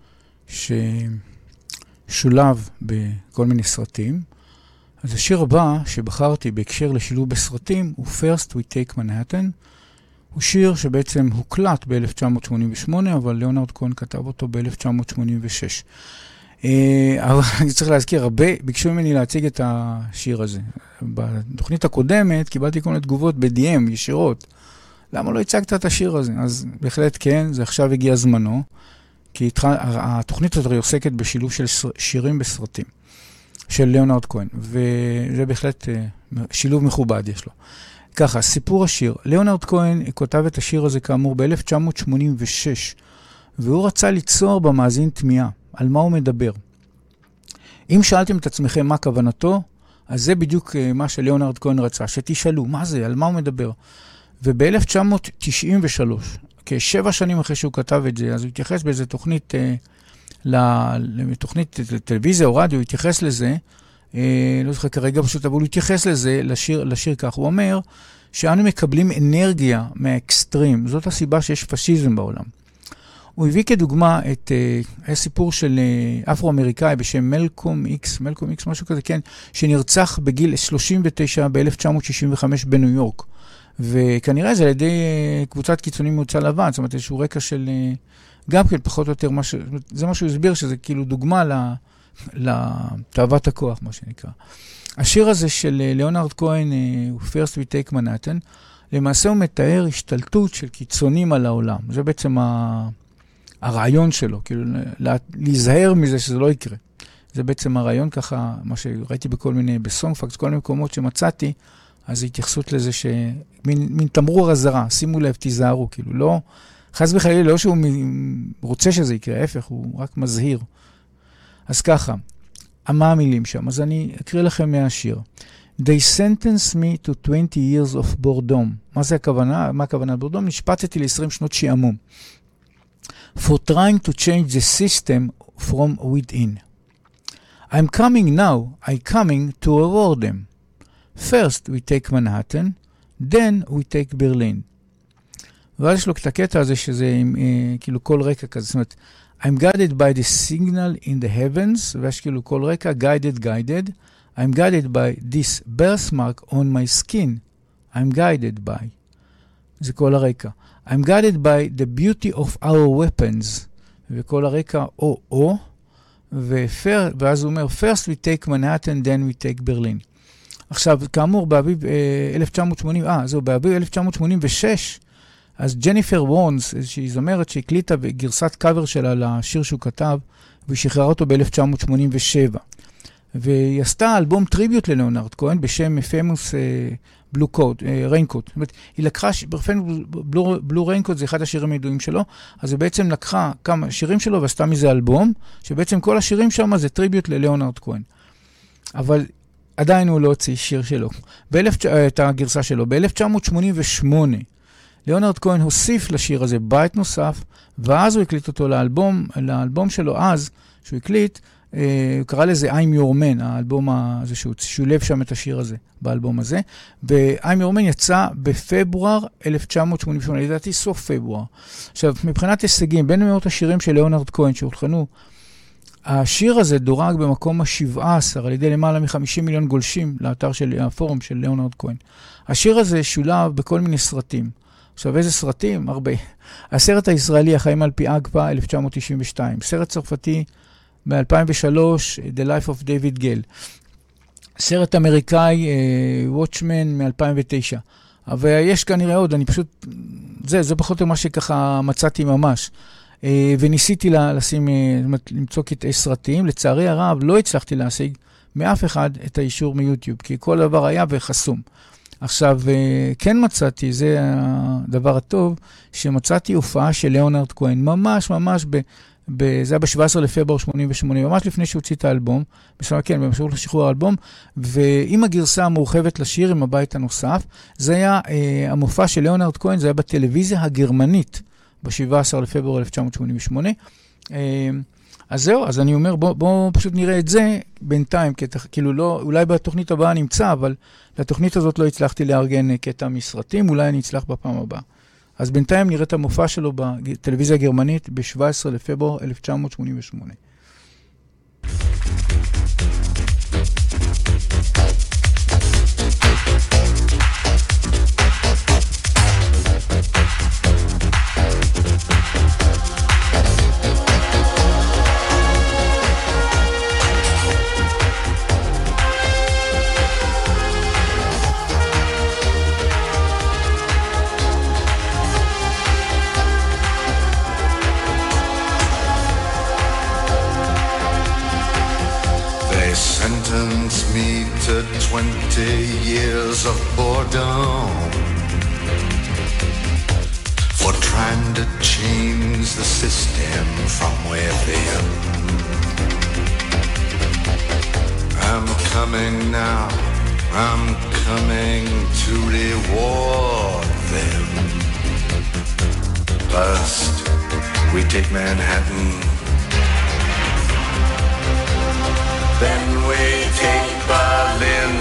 ששולב בכל מיני סרטים. אז השיר הבא שבחרתי בהקשר לשילוב בסרטים הוא First We Take Manhattan. הוא שיר שבעצם הוקלט ב-1988, אבל ליאונרד כהן כתב אותו ב-1986. אבל אני צריך להזכיר, הרבה ביקשו ממני להציג את השיר הזה. בתוכנית הקודמת קיבלתי כל מיני תגובות ב-DM ישירות. למה לא הצגת את השיר הזה? אז בהחלט כן, זה עכשיו הגיע זמנו, כי התוכנית הזאת עוסקת בשילוב של שירים בסרטים, של ליאונרד כהן, וזה בהחלט שילוב מכובד יש לו. ככה, סיפור השיר. ליאונרד כהן כותב את השיר הזה כאמור ב-1986, והוא רצה ליצור במאזין תמיהה, על מה הוא מדבר. אם שאלתם את עצמכם מה כוונתו, אז זה בדיוק מה שליאונרד כהן רצה, שתשאלו, מה זה, על מה הוא מדבר. וב-1993, כ7 שנים אחרי שהוא כתב את זה, אז הוא התייחס באיזה תוכנית, לתוכנית טלוויזיה או רדיו, הוא התייחס לזה, לא זוכר כרגע פשוט, אבל הוא התייחס לזה, לשיר כך. הוא אומר שאנו מקבלים אנרגיה מהאקסטרים, זאת הסיבה שיש פשיזם בעולם. הוא הביא כדוגמה את הסיפור של אפרו-אמריקאי בשם מלקום איקס, משהו כזה, כן, שנרצח בגיל 39 ב-1965 בניו יורק. וכנראה זה על ידי קבוצת קיצונים מוצא לבן, זאת אומרת, איזשהו רקע של, גם כן פחות או יותר, זה מה שהוא הסביר, שזה כאילו דוגמה לתאוות הכוח, מה שנקרא. השיר הזה של ליאונרד כהן, First We Take Manhattan, למעשה הוא מתאר השתלטות של קיצונים על העולם. זה בעצם הרעיון שלו, כאילו להיזהר מזה שזה לא יקרה. זה בעצם הרעיון ככה, מה שראיתי בכל מיני, בסונגפקס, כל מיני מקומות שמצאתי, אז התייחסות לזה מין תמרור הזרה, שימו לב, תיזהרו, כאילו לא, חס וחלילה לא שהוא רוצה שזה יקרה, ההפך, הוא רק מזהיר. אז ככה, מה המילים שם? אז אני אקריא לכם מהשיר. They sentenced me to 20 years of boredom. מה זה הכוונה? מה הכוונה בורדום? נשפטתי ל-20 שנות שעמום. For trying to change the system from within. I'm coming now. I'm coming to reward them. First we take Manhattan, then we take Berlin. ואז יש לו את הקטע הזה שזה כאילו כל רקע כזה. זאת אומרת, I'm guided by the signal in the heavens, ויש כאילו כל רקע, guided. I'm guided by this birthmark on my skin. I'm guided by. זה כל הרקע. I'm guided by the beauty of our weapons. וכל הרקע, או. ואז הוא אומר, first we take Manhattan, then we take Berlin. עכשיו, כאמור, באביב 1986, אז ג'ניפר וורנס, איזושהי זמרת שהקליטה בגרסת קאבר שלה לשיר שהוא כתב, והיא שחררה אותו ב-1987. והיא עשתה אלבום טריביוט לליאונרד כהן בשם Famous Blue Coat, Raincoat. זאת אומרת, היא לקחה, בלו ריינקוט זה אחד השירים הידועים שלו, אז היא בעצם לקחה כמה שירים שלו ועשתה מזה אלבום, שבעצם כל השירים שם זה טריביוט לליאונרד כהן. אבל עדיין הוא לא הוציא שיר שלו, את הגרסה שלו. ב-1988, ליאונרד כהן הוסיף לשיר הזה בית נוסף, ואז הוא הקליט אותו לאלבום שלו אז, שהוא הקליט, הוא קרא לזה I'm Your Man, האלבום הזה שהוא שולב שם את השיר הזה באלבום הזה, ו-I'm Your Man יצא בפברואר 1988, לדעתי סוף פברואר. עכשיו, מבחינת הישגים, בין מאות השירים של ליאונרד כהן שהולחנו, השיר הזה דורג במקום ה-17 על ידי למעלה מ-50 מיליון גולשים לאתר של הפורום של ליאונרד כהן. השיר הזה שולב בכל מיני סרטים. עכשיו, איזה סרטים? הרבה. הסרט הישראלי, החיים על פי אגפה, 1992. סרט צרפתי, מ-2003, The Life of David Gale. סרט אמריקאי, Watchmen, מ-2009. אבל יש כנראה עוד, אני פשוט, זה פחות או מה שככה מצאתי ממש. וניסיתי למצוא קטעי סרטים. לצערי הרב, לא הצלחתי להשיג מאף אחד את האישור מיוטיוב, כי כל דבר היה וחסום. עכשיו, כן מצאתי, זה הדבר הטוב, שמצאתי הופעה של ליאונרד כהן, ממש זה היה ב-17 לפברואר 88, ממש לפני שהוציא את האלבום, במשמעות לשחרור האלבום, ועם הגרסה המורחבת לשיר, עם הבית הנוסף, זה היה המופע של ליאונרד כהן, זה היה בטלוויזיה הגרמנית, ב-17 לפברואר 1988. אז זהו, אז אני אומר, בוא פשוט נראה את זה בינתיים, כאילו לא, אולי בתוכנית הבאה נמצא, אבל לתוכנית הזאת לא הצלחתי לארגן קטע מסרטים, אולי אני אצלח בפעם הבאה. אז בינתיים נראה את המופע שלו בטלוויזיה הגרמנית ב-17 לפברואר 1988. Sentenced me to 20 years of boredom for trying to change the system from within. I'm coming now, I'm coming to reward them. First, we take Manhattan, then we take Berlin.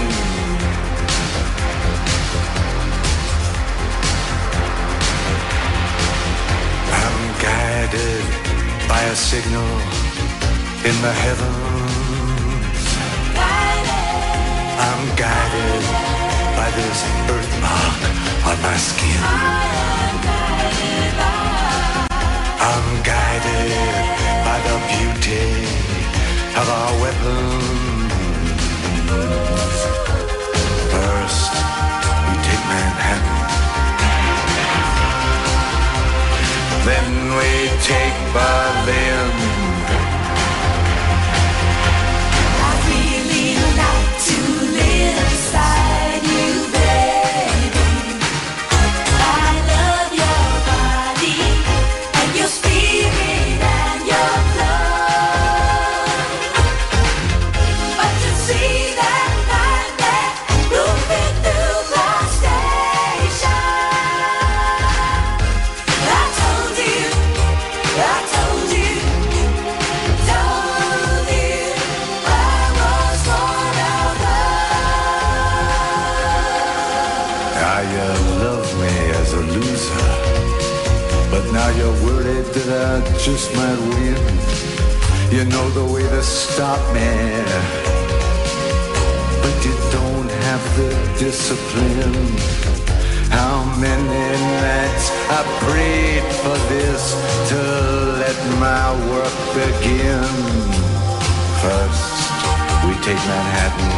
I'm guided by a signal in the heavens. I'm guided by this birthmark on my skin. I'm guided by the beauty of our happens. First, we take Manhattan. Then we take Berlin. I really like to live beside you, baby. I love your body and your spirit and your blood. But to see that light that moving through the station, I told you I was one of us. Now you love me as a loser, but now you're worried that I just might win. You know the way to stop me, but you don't have the discipline. How many nights I prayed for this to let my work begin. First, we take Manhattan.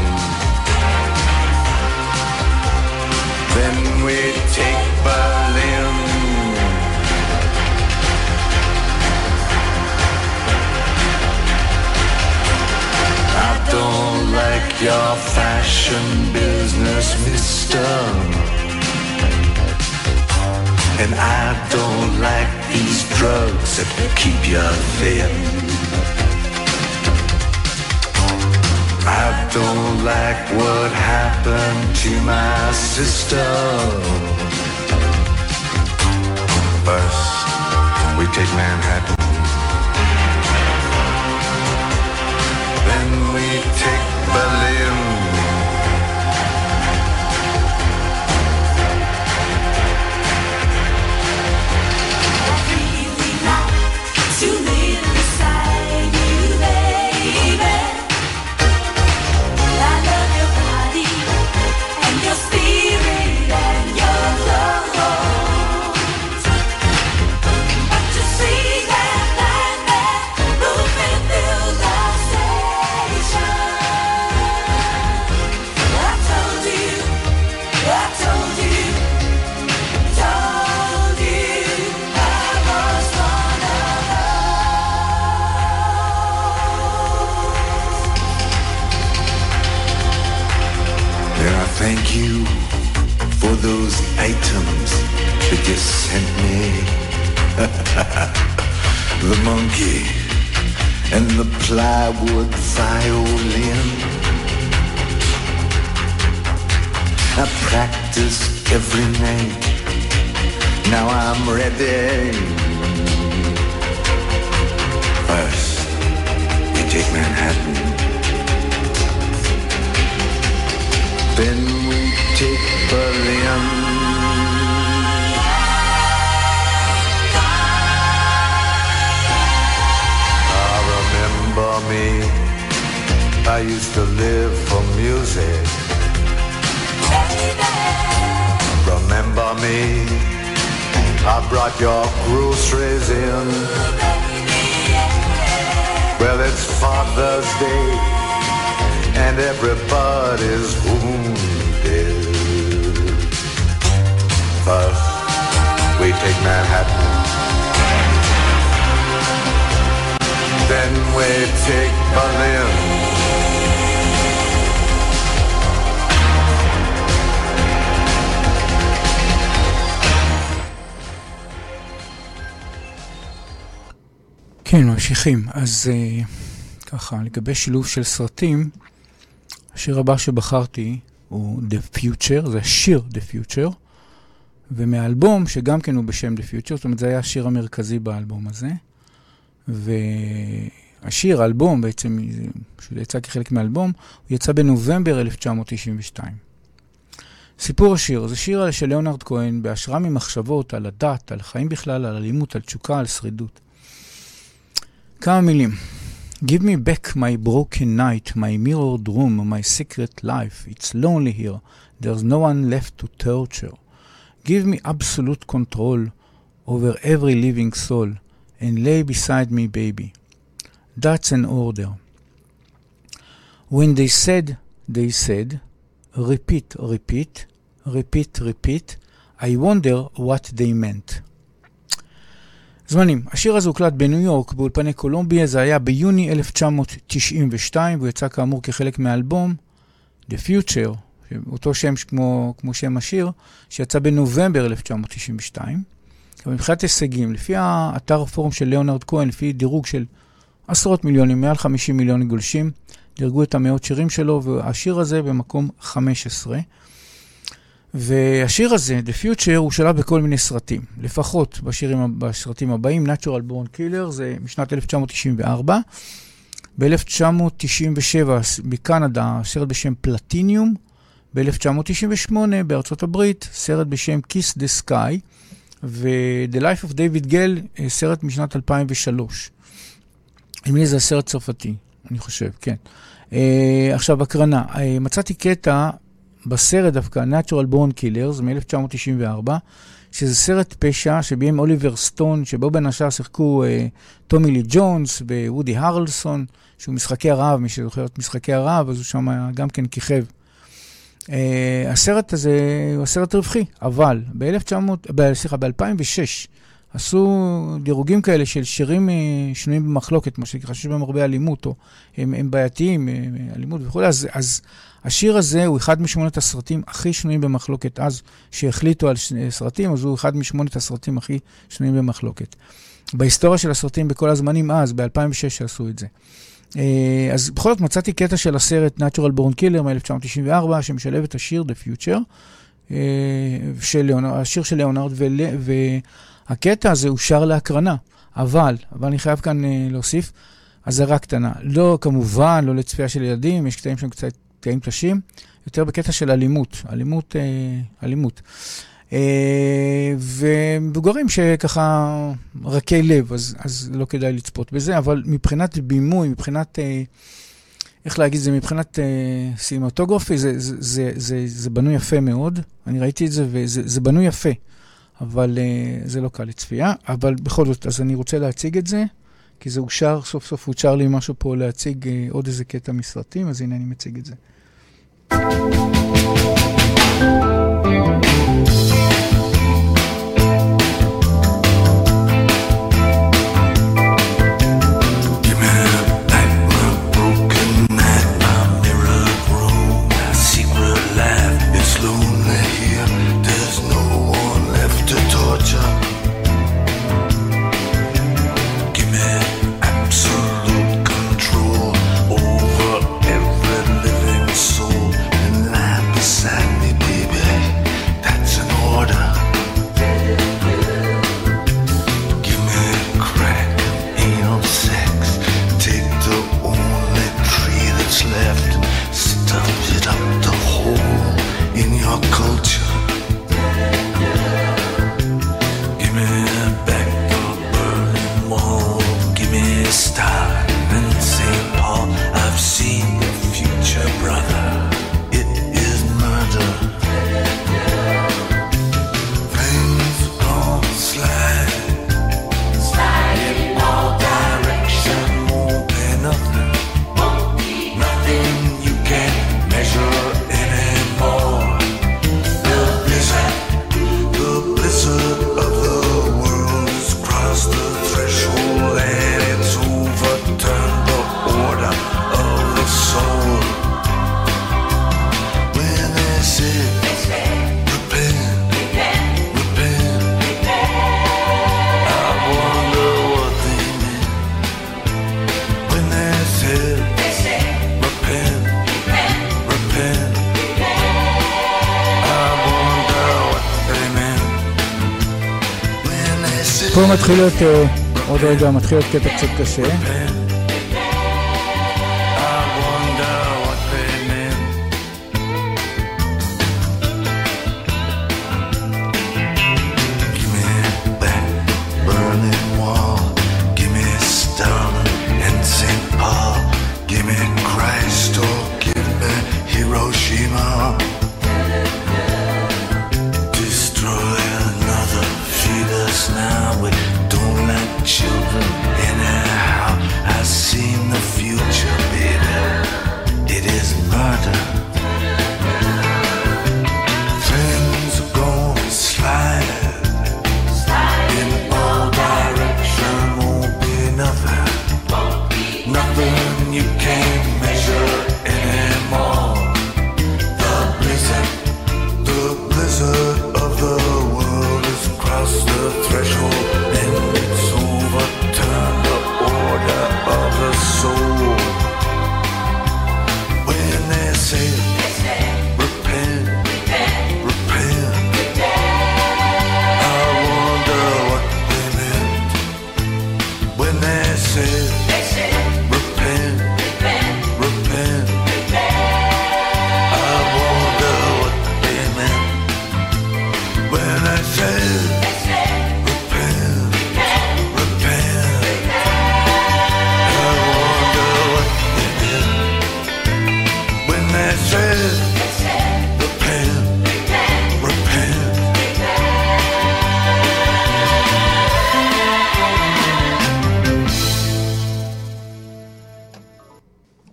Then we take Berlin. I don't like your fashion business, mister. And I don't like these drugs that keep you thin. I don't like what happened to my sister. First, we take Manhattan. Then we take Berlin. To live beside you, baby. I love your body and your spirit and your love. But to see that light that moving through the station, I told you I was one of And I thank you for those items that you sent me. The monkey and the plywood violin. I practice every night. Now I'm ready. First, we take Manhattan. Then we take Berlin. Remember me, I used to live for music. Remember me, I brought your groceries in. Well, it's Father's Day and everybody's wounded. First, we take Manhattan. Then we take Berlin. כן, ממשיכים. אז ככה, לגבי שילוב של סרטים, השיר הבא שבחרתי הוא The Future, זה שיר The Future, ומהאלבום שגם כן הוא בשם The Future, זאת אומרת זה היה השיר המרכזי באלבום הזה, והשיר, האלבום בעצם, שהוא יצא כחלק מהאלבום, הוא יצא בנובמבר 1992. סיפור השיר, זה שיר של ליאונרד כהן, בהשראה ממחשבות על הדת, על חיים בכלל, על אלימות, על תשוקה, על שרידות. כמה מילים. Give me back my broken night, my mirrored room, my secret life. It's lonely here. There's no one left to torture. Give me absolute control over every living soul and lay beside me, baby. That's an order. When they said, repeat, repeat, repeat, repeat, I wonder what they meant. זמנים. השיר הזה הוקלט בניו יורק באולפני קולומביה, זה היה ביוני 1992, והוא יצא כאמור כחלק מהאלבום The Future, אותו שם כמו שם השיר, שיצא בנובמבר 1992. מבחינת הישגים, לפי האתר הפורום של ליאונרד כהן, לפי דירוג של עשרות מיליונים, מעל 50 מיליון גולשים, דירגו את המאות שירים שלו, והשיר הזה במקום 15. והשיר הזה, The Future, הוא שלב בכל מיני סרטים. לפחות בסרטים הבאים, Natural Born Killer, זה משנת 1994. ב-1997, בקנדה, סרט בשם פלטיניום. ב-1998, בארצות הברית, סרט בשם Kiss the Sky. ו-The Life of David Gale, סרט משנת 2003. עם לי זה הסרט צרפתי, אני חושב, כן. עכשיו, הקרנה. מצאתי קטע בסרט דווקא, Natural Born Killers, מ-1994, שזה סרט פשע שביים אוליבר סטון, שבו בין השאר שיחקו טומי לי ג'ונס ווודי הרלסון, שהוא משחקי הרעב, מי שזוכר את משחקי הרעב, אז הוא שם גם כן כיכב. הסרט הזה הוא הסרט רווחי, אבל ב-2006 עשו דירוגים כאלה של שירים שנויים במחלוקת, מה שחשוב בהם הרבה אלימות, או הם בעייתיים, אלימות וכו'. אז השיר הזה הוא אחד משמונת הסרטים הכי שנויים במחלוקת. אז שהחליטו על סרטים, אז הוא אחד משמונת הסרטים הכי שנויים במחלוקת. בהיסטוריה של הסרטים בכל הזמנים, אז ב-2006 עשו את זה. אז בכל זאת מצאתי קטע של הסרט Natural Born Killer מ-1994, שמשלב את השיר The Future, השיר של ליאונרד, והקטע הזה הוא שר להקרנה. אבל אני חייב כאן להוסיף, עזרה קטנה. לא, כמובן, לא לצפייה של ילדים, יש קטעים שהם קצת קטעים קשים, יותר בקטע של אלימות. ומבוגרים שככה רקי לב, אז לא כדאי לצפות בזה, אבל מבחינת בימוי, מבחינת, איך להגיד זה, מבחינת סימטוגרפי, זה בנוי יפה מאוד. אני ראיתי את זה, וזה בנוי יפה, אבל זה לא קל לצפייה. אבל בכל זאת, אז אני רוצה להציג את זה, כי זה אושר, סוף סוף אושר לי משהו פה להציג עוד איזה קטע מסרטים, אז הנה אני מציג את זה. פה מתחיל להיות, עוד רגע מתחיל להיות קטע קצת קשה. Children anyhow, I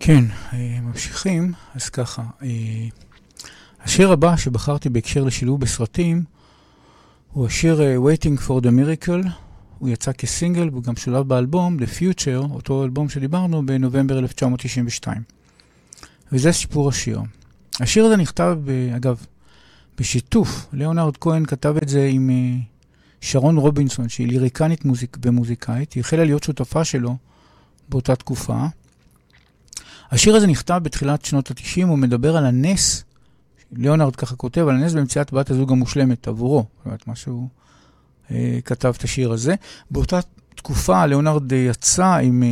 כן, ממשיכים. אז ככה, השיר הבא שבחרתי בהקשר לשילוב בסרטים הוא השיר Waiting for the Miracle. הוא יצא כסינגל והוא גם שולב באלבום The Future, אותו אלבום שדיברנו, בנובמבר 1992. וזה סיפור השיר. השיר הזה נכתב, אגב, בשיתוף. ליאונרד כהן כתב את זה עם שרון רובינסון, שהיא ליריקנית ומוזיקאית. היא החלה להיות שותפה שלו באותה תקופה. השיר הזה נכתב בתחילת שנות ה-90, הוא מדבר על הנס, ליאונרד ככה כותב, על הנס במציאת בת הזוג המושלמת עבורו. זאת אומרת, משהו כתב את השיר הזה. באותה תקופה ליאונרד יצא עם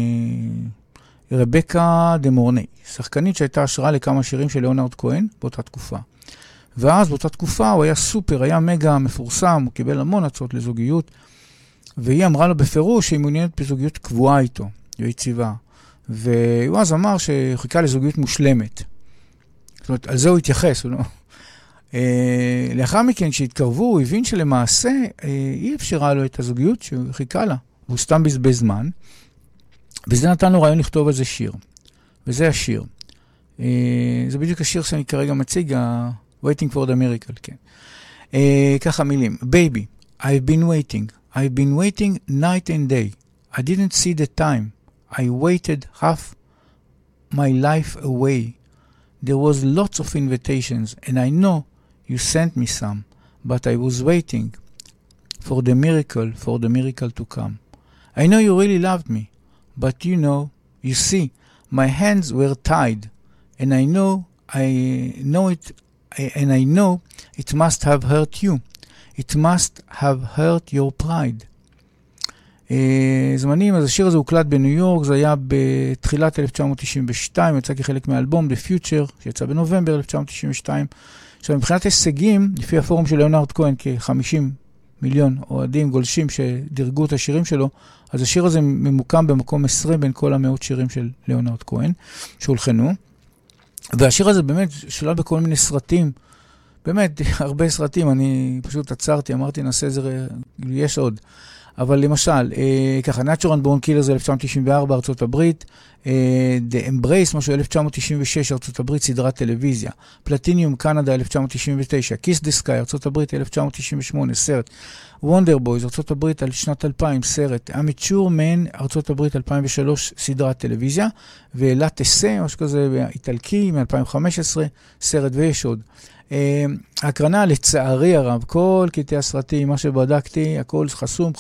רבקה דה מורני, שחקנית שהייתה השראה לכמה שירים של ליאונרד כהן באותה תקופה. ואז באותה תקופה הוא היה סופר, היה מגה מפורסם, הוא קיבל המון הצעות לזוגיות, והיא אמרה לו בפירוש שהיא מעוניינת בזוגיות קבועה איתו, ויציבה. והוא אז אמר שחיכה לזוגיות מושלמת. זאת אומרת, על זה הוא התייחס, הוא לא... לאחר מכן, כשהתקרבו, הוא הבין שלמעשה אי אפשרה לו את הזוגיות שהוא חיכה לה. הוא סתם בזבז זמן, וזה נתן לו רעיון לכתוב על זה שיר. וזה השיר. זה בדיוק השיר שאני כרגע מציג, Waiting for the Miracle, כן. ככה מילים. Baby, I've been waiting night and day. I didn't see the time. I waited half my life away. There was lots of invitations, and I know you sent me some, but I was waiting for the miracle to come. I know you really loved me, but you see, my hands were tied, and I know it must have hurt you. It must have hurt your pride. זמנים, אז השיר הזה הוקלט בניו יורק, זה היה בתחילת 1992, יצא כחלק מהאלבום The Future, שיצא בנובמבר 1992. עכשיו, מבחינת הישגים, לפי הפורום של ליאונרד כהן, כ-50 מיליון אוהדים גולשים שדירגו את השירים שלו, אז השיר הזה ממוקם במקום 20 בין כל המאות שירים של ליאונרד כהן, שהולחנו. והשיר הזה באמת שולב בכל מיני סרטים, באמת הרבה סרטים, אני פשוט עצרתי, אמרתי, נעשה זה, יש עוד. אבל למשל, ככה, Natural Born Killers 1994, ארצות הברית, The Embrace, משהו 1996, ארצות הברית, סדרת טלוויזיה, Platinum, קנדה, 1999, Kiss the Sky, ארצות הברית, 1998, סרט, Wonder Boys, ארצות הברית, על שנת 2000, סרט, Amateur Man, ארצות הברית, 2003, סדרת טלוויזיה, ולטסה, משהו כזה, איטלקי, מ-2015, סרט, ויש עוד. הקרנה, לצערי הרב, כל קטעי הסרטים, מה שבדקתי, הכל חסום.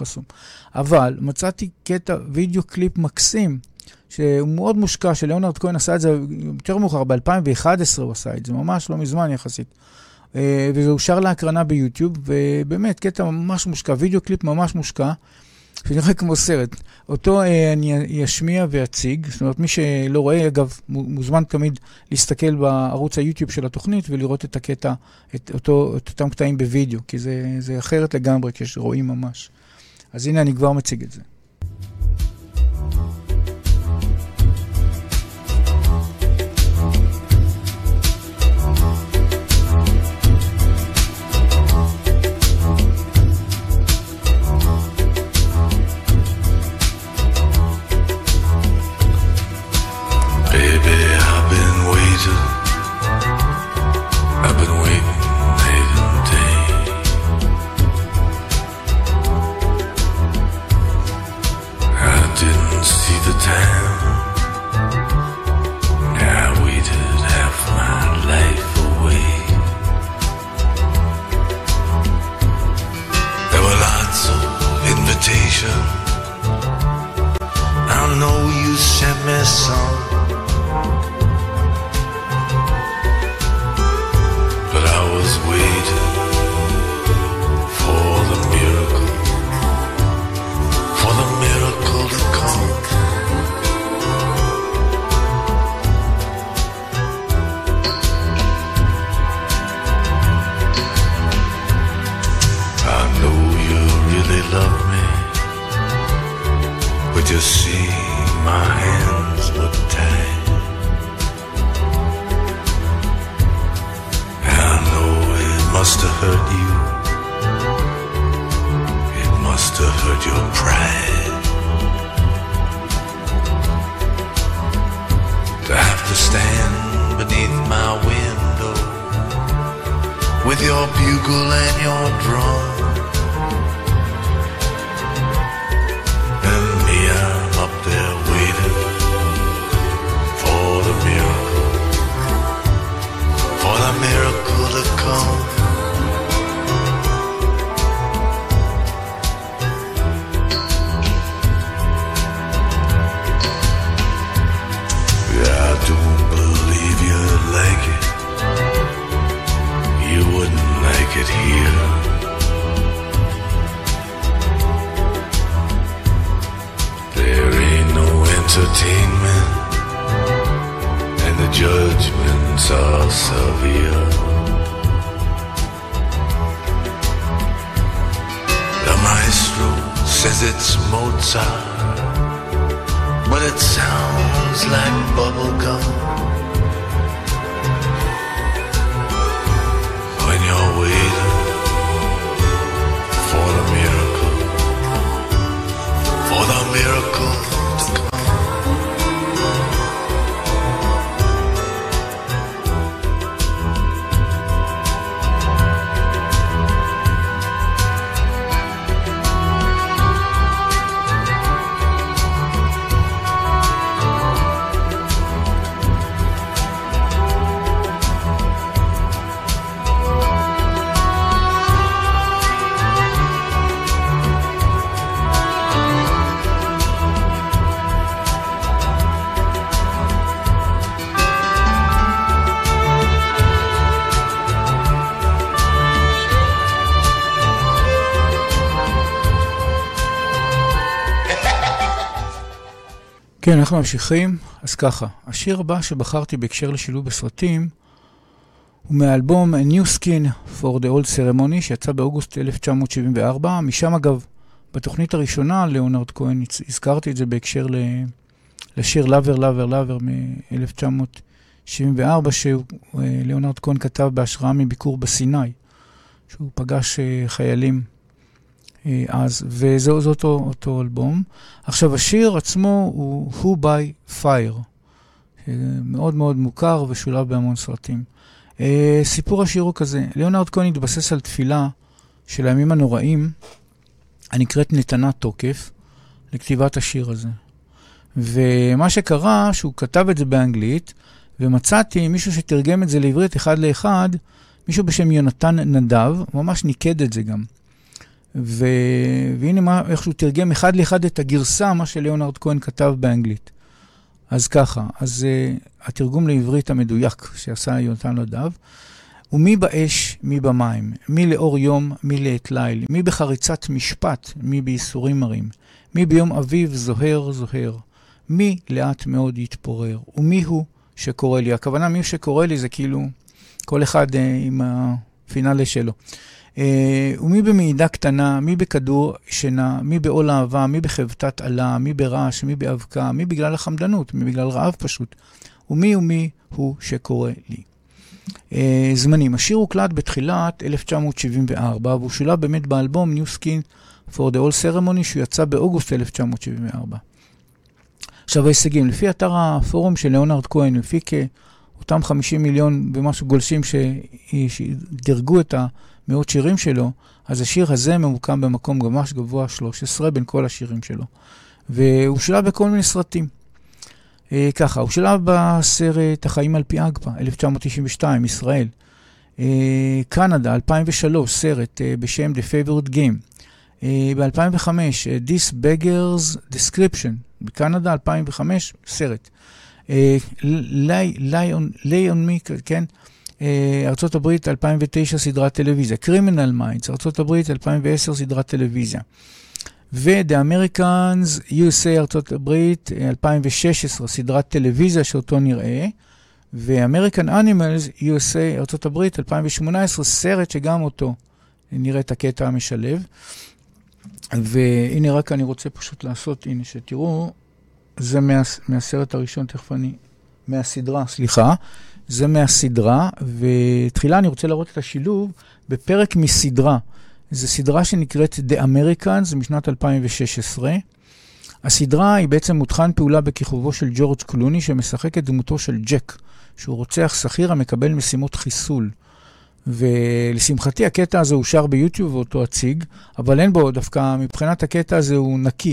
אבל מצאתי קטע וידאו קליפ מקסים, שהוא מאוד מושקע, שליאונרד כהן עשה את זה יותר מאוחר, ב-2011 הוא עשה את זה, ממש לא מזמן יחסית. וזה אושר להקרנה ביוטיוב, ובאמת, קטע ממש מושקע, וידאו קליפ ממש מושקע, שנראה כמו סרט. אותו אני אשמיע ואציג, זאת אומרת, מי שלא רואה, אגב, מוזמן תמיד להסתכל בערוץ היוטיוב של התוכנית, ולראות את הקטע, את אותם קטעים בווידאו, כי זה אחרת לגמרי, כשרואים ממש. אז הנה אני כבר מציג את זה. To to stand beneath my window with your bugle and your drum, and me, I'm up there waiting for the miracle to come. I don't believe you'd like it. You wouldn't like it here. There ain't no entertainment, and the judgments are severe. The maestro says it's Mozart, but it sounds like bubblegum when you're waiting for the miracle to come. כן, אנחנו ממשיכים. אז ככה, השיר הבא שבחרתי בהקשר לשילוב בסרטים הוא מהאלבום New Skin for the Old Ceremony שיצא באוגוסט 1974. משם אגב, בתוכנית הראשונה, ליאונרד כהן, הזכרתי את זה בהקשר לשיר Lover Lover Lover מ-1974 שליאונרד כהן כתב בהשראה מביקור בסיני, שהוא פגש חיילים אז, וזה אותו אלבום. עכשיו, השיר עצמו הוא Who by Fire, מאוד מאוד מוכר ושולב בהמון סרטים. סיפור השיר הוא כזה, ליאונרד כהן התבסס על תפילה של הימים הנוראים, הנקראת נתנה תוקף, לכתיבת השיר הזה. ומה שקרה, שהוא כתב את זה באנגלית, ומצאתי מישהו שתרגם את זה לעברית אחד לאחד, מישהו בשם יונתן נדב, ממש ניקד את זה גם. והנה איך שהוא תרגם אחד לאחד את הגרסה, מה שליאונרד כהן כתב באנגלית. אז ככה, אז התרגום לעברית המדויק שעשה יונתן נדב, ומי באש, מי במים, מי לאור יום, מי לעת ליל, מי בחריצת משפט, מי בייסורים מרים, מי ביום אביב זוהר זוהר, מי לאט מאוד יתפורר, ומי הוא שקורא לי. הכוונה מי שקורא לי זה כאילו כל אחד עם הפינאלה שלו. ומי במעידה קטנה, מי בכדור שינה, מי בעול אהבה, מי בחבטת עלה, מי ברעש, מי באבקה, מי בגלל החמדנות, מי בגלל רעב פשוט. ומי הוא שקורא לי. זמנים. השיר הוקלט בתחילת 1974, והוא שולב באמת באלבום New Skin for the Old Ceremony, שהוא יצא באוגוסט 1974. עכשיו ההישגים, לפי אתר הפורום של ליאונרד כהן, לפי אותם 50 מיליון ומשהו גולשים שדרגו את המאות שירים שלו, אז השיר הזה ממוקם במקום ממש גבוה 13 בין כל השירים שלו. והוא שולב בכל מיני סרטים. ככה, הוא שולב בסרט החיים על פי אגפה, 1992, ישראל. קנדה, 2003, סרט בשם The Favorite Game. ב-2005, This Beggar's Description, בקנדה, 2005, סרט. Lay on Me, כן? ארצות הברית, 2009, סדרת טלוויזיה. Criminal Minds, ארצות הברית, 2010, סדרת טלוויזיה. ו-The Americans, USA, ארצות הברית, 2016, סדרת טלוויזיה שאותו נראה. ו-American Animals, USA, ארצות הברית, 2018, סרט שגם אותו נראה את הקטע המשלב. והנה רק אני רוצה פשוט לעשות, הנה שתראו, זה מהסרט הראשון, תכף אני, מהסדרה, סליחה, זה מהסדרה, ותחילה אני רוצה לראות את השילוב בפרק מסדרה. זו סדרה שנקראת The Americans, משנת 2016. הסדרה היא בעצם מותחן פעולה בכיכובו של ג'ורג' קלוני, שמשחק את דמותו של ג'ק, שהוא רוצח שכיר המקבל משימות חיסול. ולשמחתי הקטע הזה אושר ביוטיוב ואותו הציג, אבל אין בו דווקא, מבחינת הקטע הזה הוא נקי,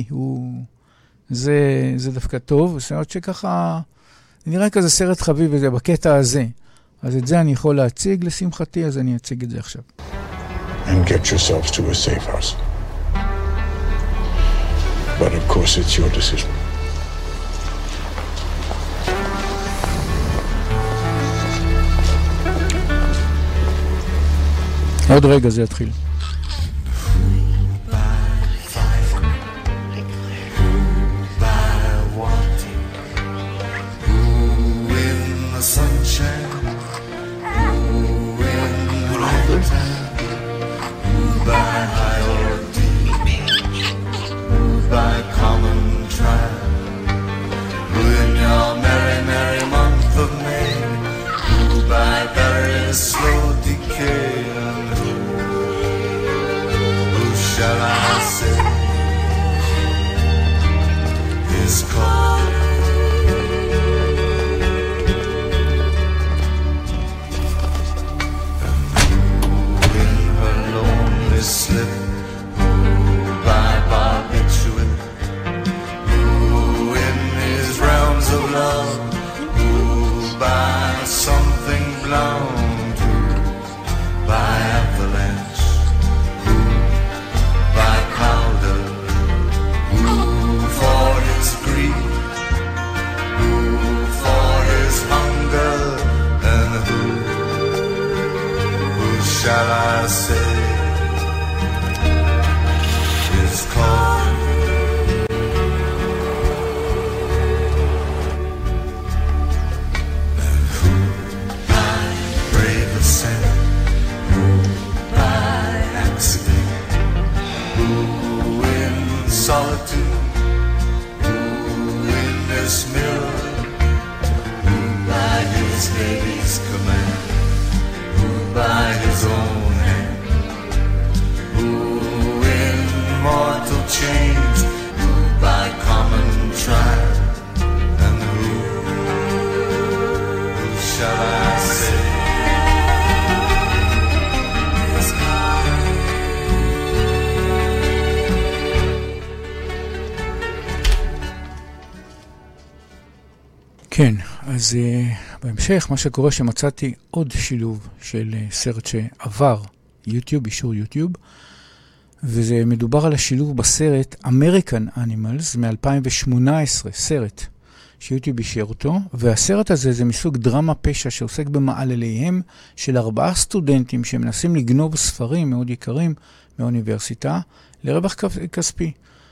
זה דווקא טוב, זאת אומרת שככה, נראה כזה סרט חביב וזה בקטע הזה. אז את זה אני יכול להציג לשמחתי, אז אני אציג את זה עכשיו. And get yourselves to a safe house. But of course it's your decision. עוד רגע זה יתחיל. כן, אז בהמשך מה שקורה שמצאתי עוד שילוב של סרט שעבר יוטיוב, אישור יוטיוב, וזה מדובר על השילוב בסרט American Animals מ-2018, סרט שיוטיוב אישר אותו, והסרט הזה זה מסוג דרמה פשע שעוסק במעלליהם של 4 סטודנטים שמנסים לגנוב ספרים מאוד יקרים מהאוניברסיטה לרווח כספי.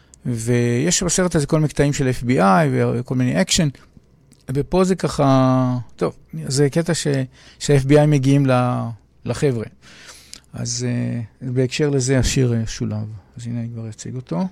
ויש בסרט הזה כל מיני קטעים של FBI וכל מיני אקשן, ופה זה ככה, טוב, זה קטע שה-FBI מגיעים לחבר'ה. אז בהקשר לזה השיר שולב. אז הנה אני כבר אציג אותו.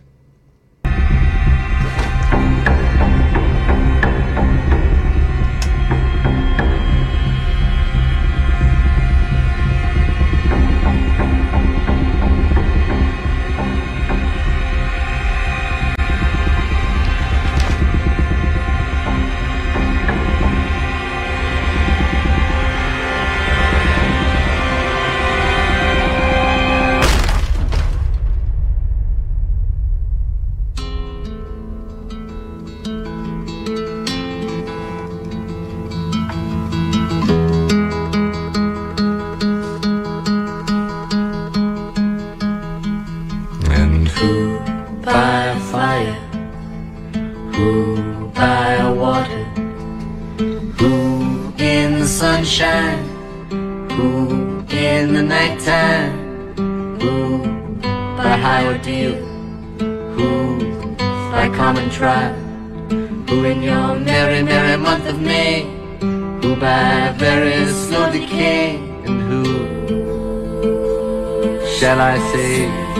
Shall I say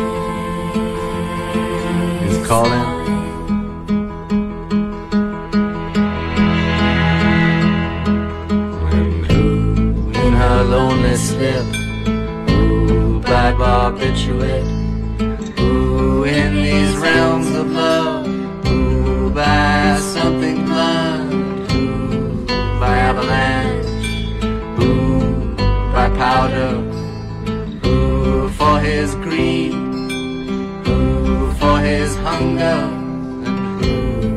is calling? And who in her lonely slip, who by barbiturate, who in these realms of love, who water, who for his greed, who for his hunger, and who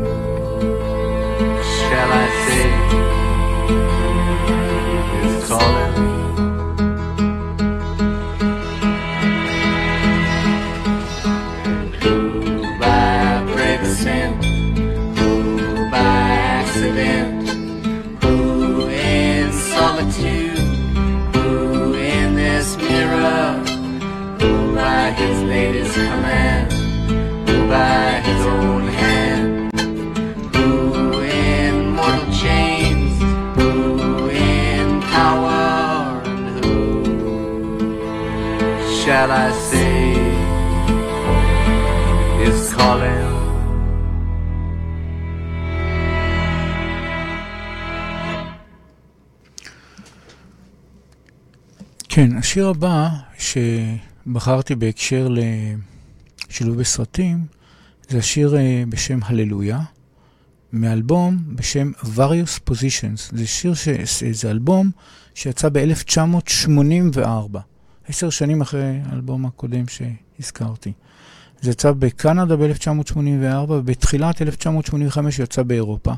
shall I say is calling? And who by brave sin, who by accident, who in solitude, who in this mirror, who by his latest command, who by his own hand, who in mortal chains, who in power, and who shall I say is calling? כן, השיר הבא שבחרתי בהקשר לשילוב בסרטים, זה השיר בשם הללויה, מאלבום בשם Various Positions. זה שיר, זה אלבום שיצא ב-1984, 10 שנים אחרי האלבום הקודם שהזכרתי. זה יצא בקנדה ב-1984, ובתחילת 1985 יצא באירופה.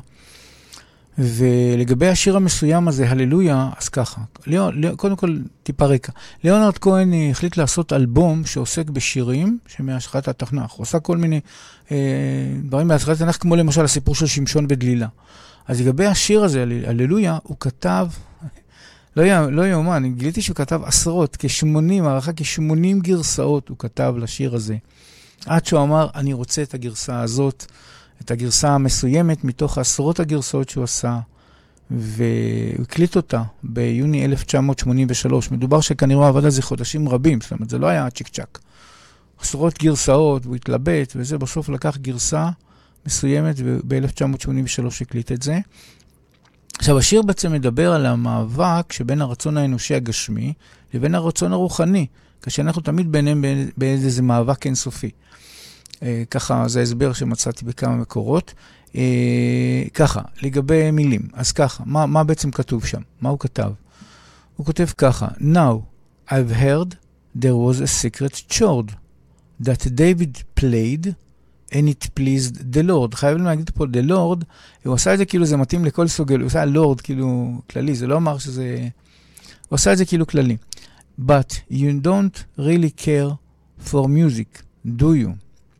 ולגבי השיר המסוים הזה, הללויה, אז ככה, קודם כל טיפה רקע. ליאונרד כהן החליט לעשות אלבום שעוסק בשירים שמהשחת התנ"ך. הוא עושה כל מיני דברים מהשחת התנ"ך, כמו למשל הסיפור של שמשון בדלילה. אז לגבי השיר הזה, הללויה, הוא כתב, לא יאומן, גיליתי שהוא כתב עשרות, הערכה כ-80 גרסאות הוא כתב לשיר הזה. עד שהוא אמר, אני רוצה את הגרסה הזאת, את הגרסה המסוימת מתוך עשרות הגרסאות שהוא עשה, והוא הקליט אותה ביוני 1983. מדובר שכנראה הוא עבד על זה חודשים רבים, זאת אומרת, זה לא היה צ'יק צ'ק. עשרות גרסאות, הוא התלבט, וזה בסוף לקח גרסה מסוימת, וב-1983 הקליט את זה. עכשיו, השיר בעצם מדבר על המאבק שבין הרצון האנושי הגשמי, לבין הרצון הרוחני, כשאנחנו תמיד ביניהם באיזה מאבק אינסופי. ככה, זה ההסבר שמצאתי בכמה מקורות. ככה, לגבי מילים. אז ככה, מה בעצם כתוב שם? מה הוא כתב? הוא כותב ככה, Now, I've heard there was a secret chord that David played and it pleased the Lord. חייבים להגיד פה the Lord, הוא עשה את זה כאילו זה מתאים לכל סוג, הוא עשה Lord כאילו כללי, זה לא אמר שזה, הוא עשה את זה כאילו כללי. But you don't really care for music, do you?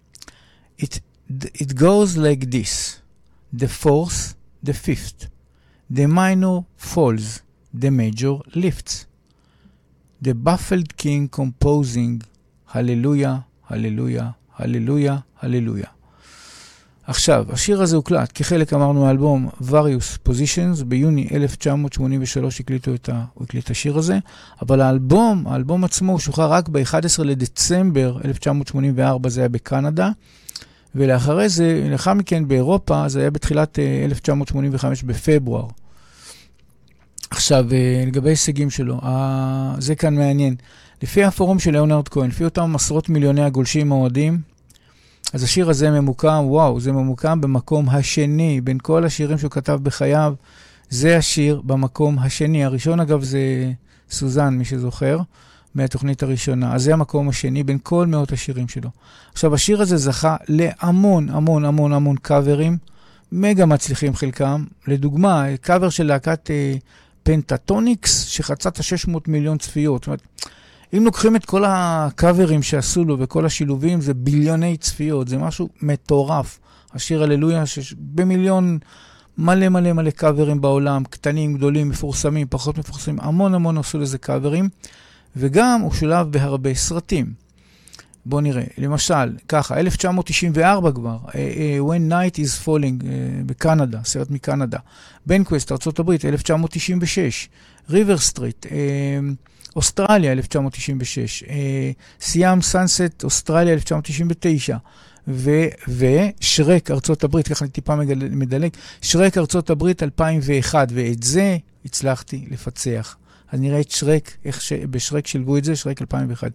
It goes like this. The fourth, the fifth. The minor falls, the major lifts. The baffled king composing, Hallelujah, Hallelujah, Hallelujah, Hallelujah. עכשיו, השיר הזה הוקלט כחלק, אמרנו, האלבום Various Positions, ביוני 1983 הוא הקליט את השיר הזה, אבל האלבום עצמו הוא שוחרר רק ב-11 לדצמבר 1984, זה היה בקנדה, ולאחר מכן באירופה, זה היה בתחילת 1985 בפברואר. עכשיו, לגבי הישגים שלו, זה כאן מעניין. לפי הפורום של ליאונרד כהן, לפי אותם עשרות מיליוני הגולשים האוהדים, אז השיר הזה ממוקם, זה ממוקם במקום השני, בין כל השירים שהוא כתב בחייו, זה השיר במקום השני. הראשון אגב זה סוזן, מי שזוכר, מהתוכנית הראשונה. אז זה המקום השני בין כל מאות השירים שלו. עכשיו, השיר הזה זכה להמון, המון, המון, המון קאברים, מגה מצליחים חלקם. לדוגמה, קאבר של להקת פנטטוניקס, שחצה את 600 מיליון צפיות. זאת אומרת, אם לוקחים את כל הקאברים שעשו לו וכל השילובים, זה ביליוני צפיות, זה משהו מטורף. השיר הללויה, במיליון מלא מלא מלא קאברים בעולם, קטנים, גדולים, מפורסמים, פחות מפורסמים, המון המון עשו לזה קאברים, וגם הוא שולב בהרבה סרטים. בואו נראה, למשל, ככה, 1994 כבר, When Night is Falling, בקנדה, סרט מקנדה, בנקווסט, ארצות הברית, 1996, ריבר סטריט, אוסטרליה, 1996, סיאם סאנסט, אוסטרליה, 1999, ושרק, ארצות הברית, ככה אני טיפה מדלג, שרק, ארצות הברית, 2001, ואת זה הצלחתי לפצח. אז נראה את שרק, איך בשרק שלבו את זה, שרק 2001.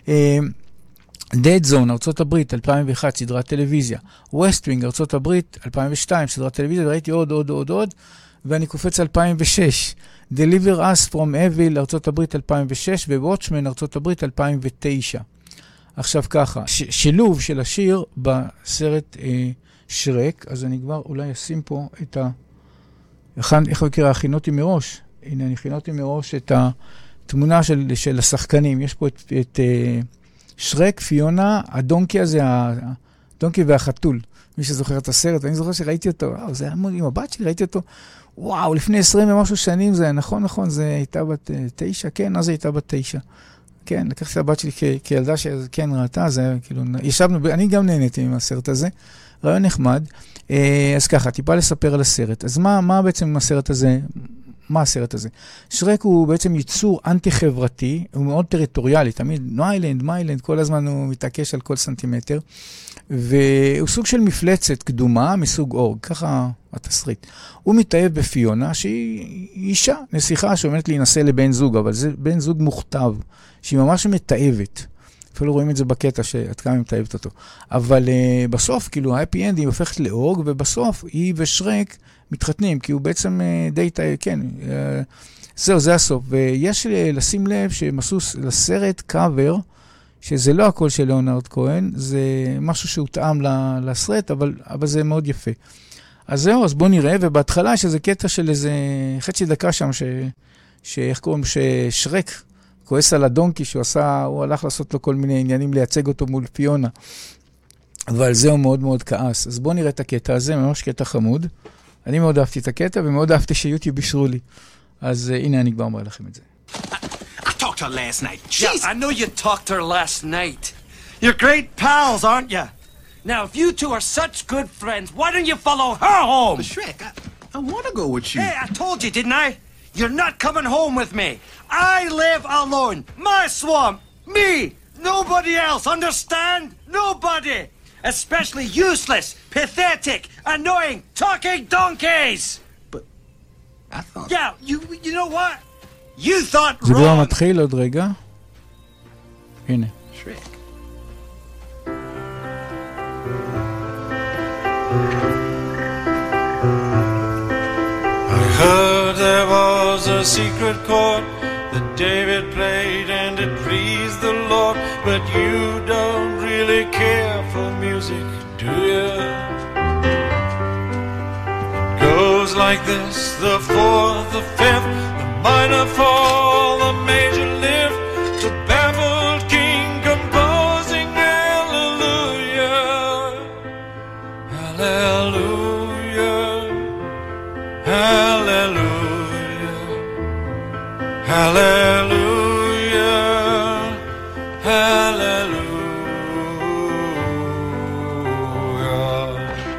Dead Zone, ארצות הברית, 2001, סדרת טלוויזיה. West Wing, ארצות הברית, 2002, סדרת טלוויזיה, וראיתי עוד, ואני קופץ 2006. Deliver Us From Evil, ארצות הברית 2006, ו-Watchmen, ארצות הברית 2009. עכשיו ככה, שילוב של השיר בסרט שרק, אז אני כבר אולי אשים פה את איך הוא יקרא? הכינותי מראש. הנה, אני הכינותי מראש את התמונה של השחקנים. יש פה את שרק, פיונה, הדונקי הזה, הדונקי והחתול. מי שזוכר את הסרט, ואני זוכר שראיתי אותו, זה היה עם הבת שלי, ראיתי אותו, וואו, לפני 20 ומשהו שנים, זה נכון, זה הייתה בת 9, כן, אז הייתה בת 9. כן, לקחתי את הבת שלי כילדה שכן ראתה, זה כאילו, ישבנו, אני גם נהניתי עם הסרט הזה, רעיון נחמד. אז ככה, טיפה לספר על הסרט. אז מה בעצם הסרט הזה? מה הסרט הזה? שרק הוא בעצם ייצור אנטי-חברתי, הוא מאוד טריטוריאלי, תמיד מיילנד, כל הזמן הוא מתעקש על כל סנטימטר, והוא סוג של מפלצת קדומה מסוג אורג, ככה התסריט. הוא מתאהב בפיונה, שהיא אישה, נסיכה שעומדת להינשא לבן זוג, אבל זה בן זוג מוכתב, שהיא ממש מתאהבת. אפילו רואים את זה בקטע שאת כמה היא מתאהבת אותו. אבל בסוף, כאילו, ההפי אנד היא הופכת לאורג, ובסוף היא ושרק מתחתנים, כי הוא בעצם די, כן, זהו, זה הסוף. ויש לשים לב שהם עשו לסרט קאבר, שזה לא הכל של ליאונרד כהן, זה משהו שהוא טעם לסרט, אבל זה מאוד יפה. אז זהו, אז בואו נראה, ובהתחלה יש איזה קטע של איזה חצי דקה שם, שאיך קוראים, ששרק כועס על הדונקי, הוא הלך לעשות לו כל מיני עניינים, לייצג אותו מול פיונה, ועל זה הוא מאוד מאוד כעס. אז בואו נראה את הקטע הזה, ממש קטע חמוד. אני מאוד אהבתי את הקטע, ומאוד אהבתי שיוטיוב בישרו לי. אז הנה אני כבר אומר לכם את זה. I talked to her last night. Jeez. Yeah, I know you talked to her last night. You're great pals, aren't you? Now, if you two are such good friends, why don't you follow her home? But Shrek, I want to go with you. Hey, I told you, didn't I? You're not coming home with me. I live alone. My swamp. Me. Nobody else. Understand? Nobody. Especially useless, pathetic, annoying, talking donkeys. But I thought... Yeah, you know what? You thought wrong. זה כבר מתחיל עוד רגע. הנה. Shrek. I heard there was a secret chord that David played and it pleased the Lord, but you don't really care for music, do you? It goes like this, the fourth, the fifth, the minor fall, the major lift, the baffled king composing hallelujah, hallelujah, hallelujah, hallelujah, hallelujah.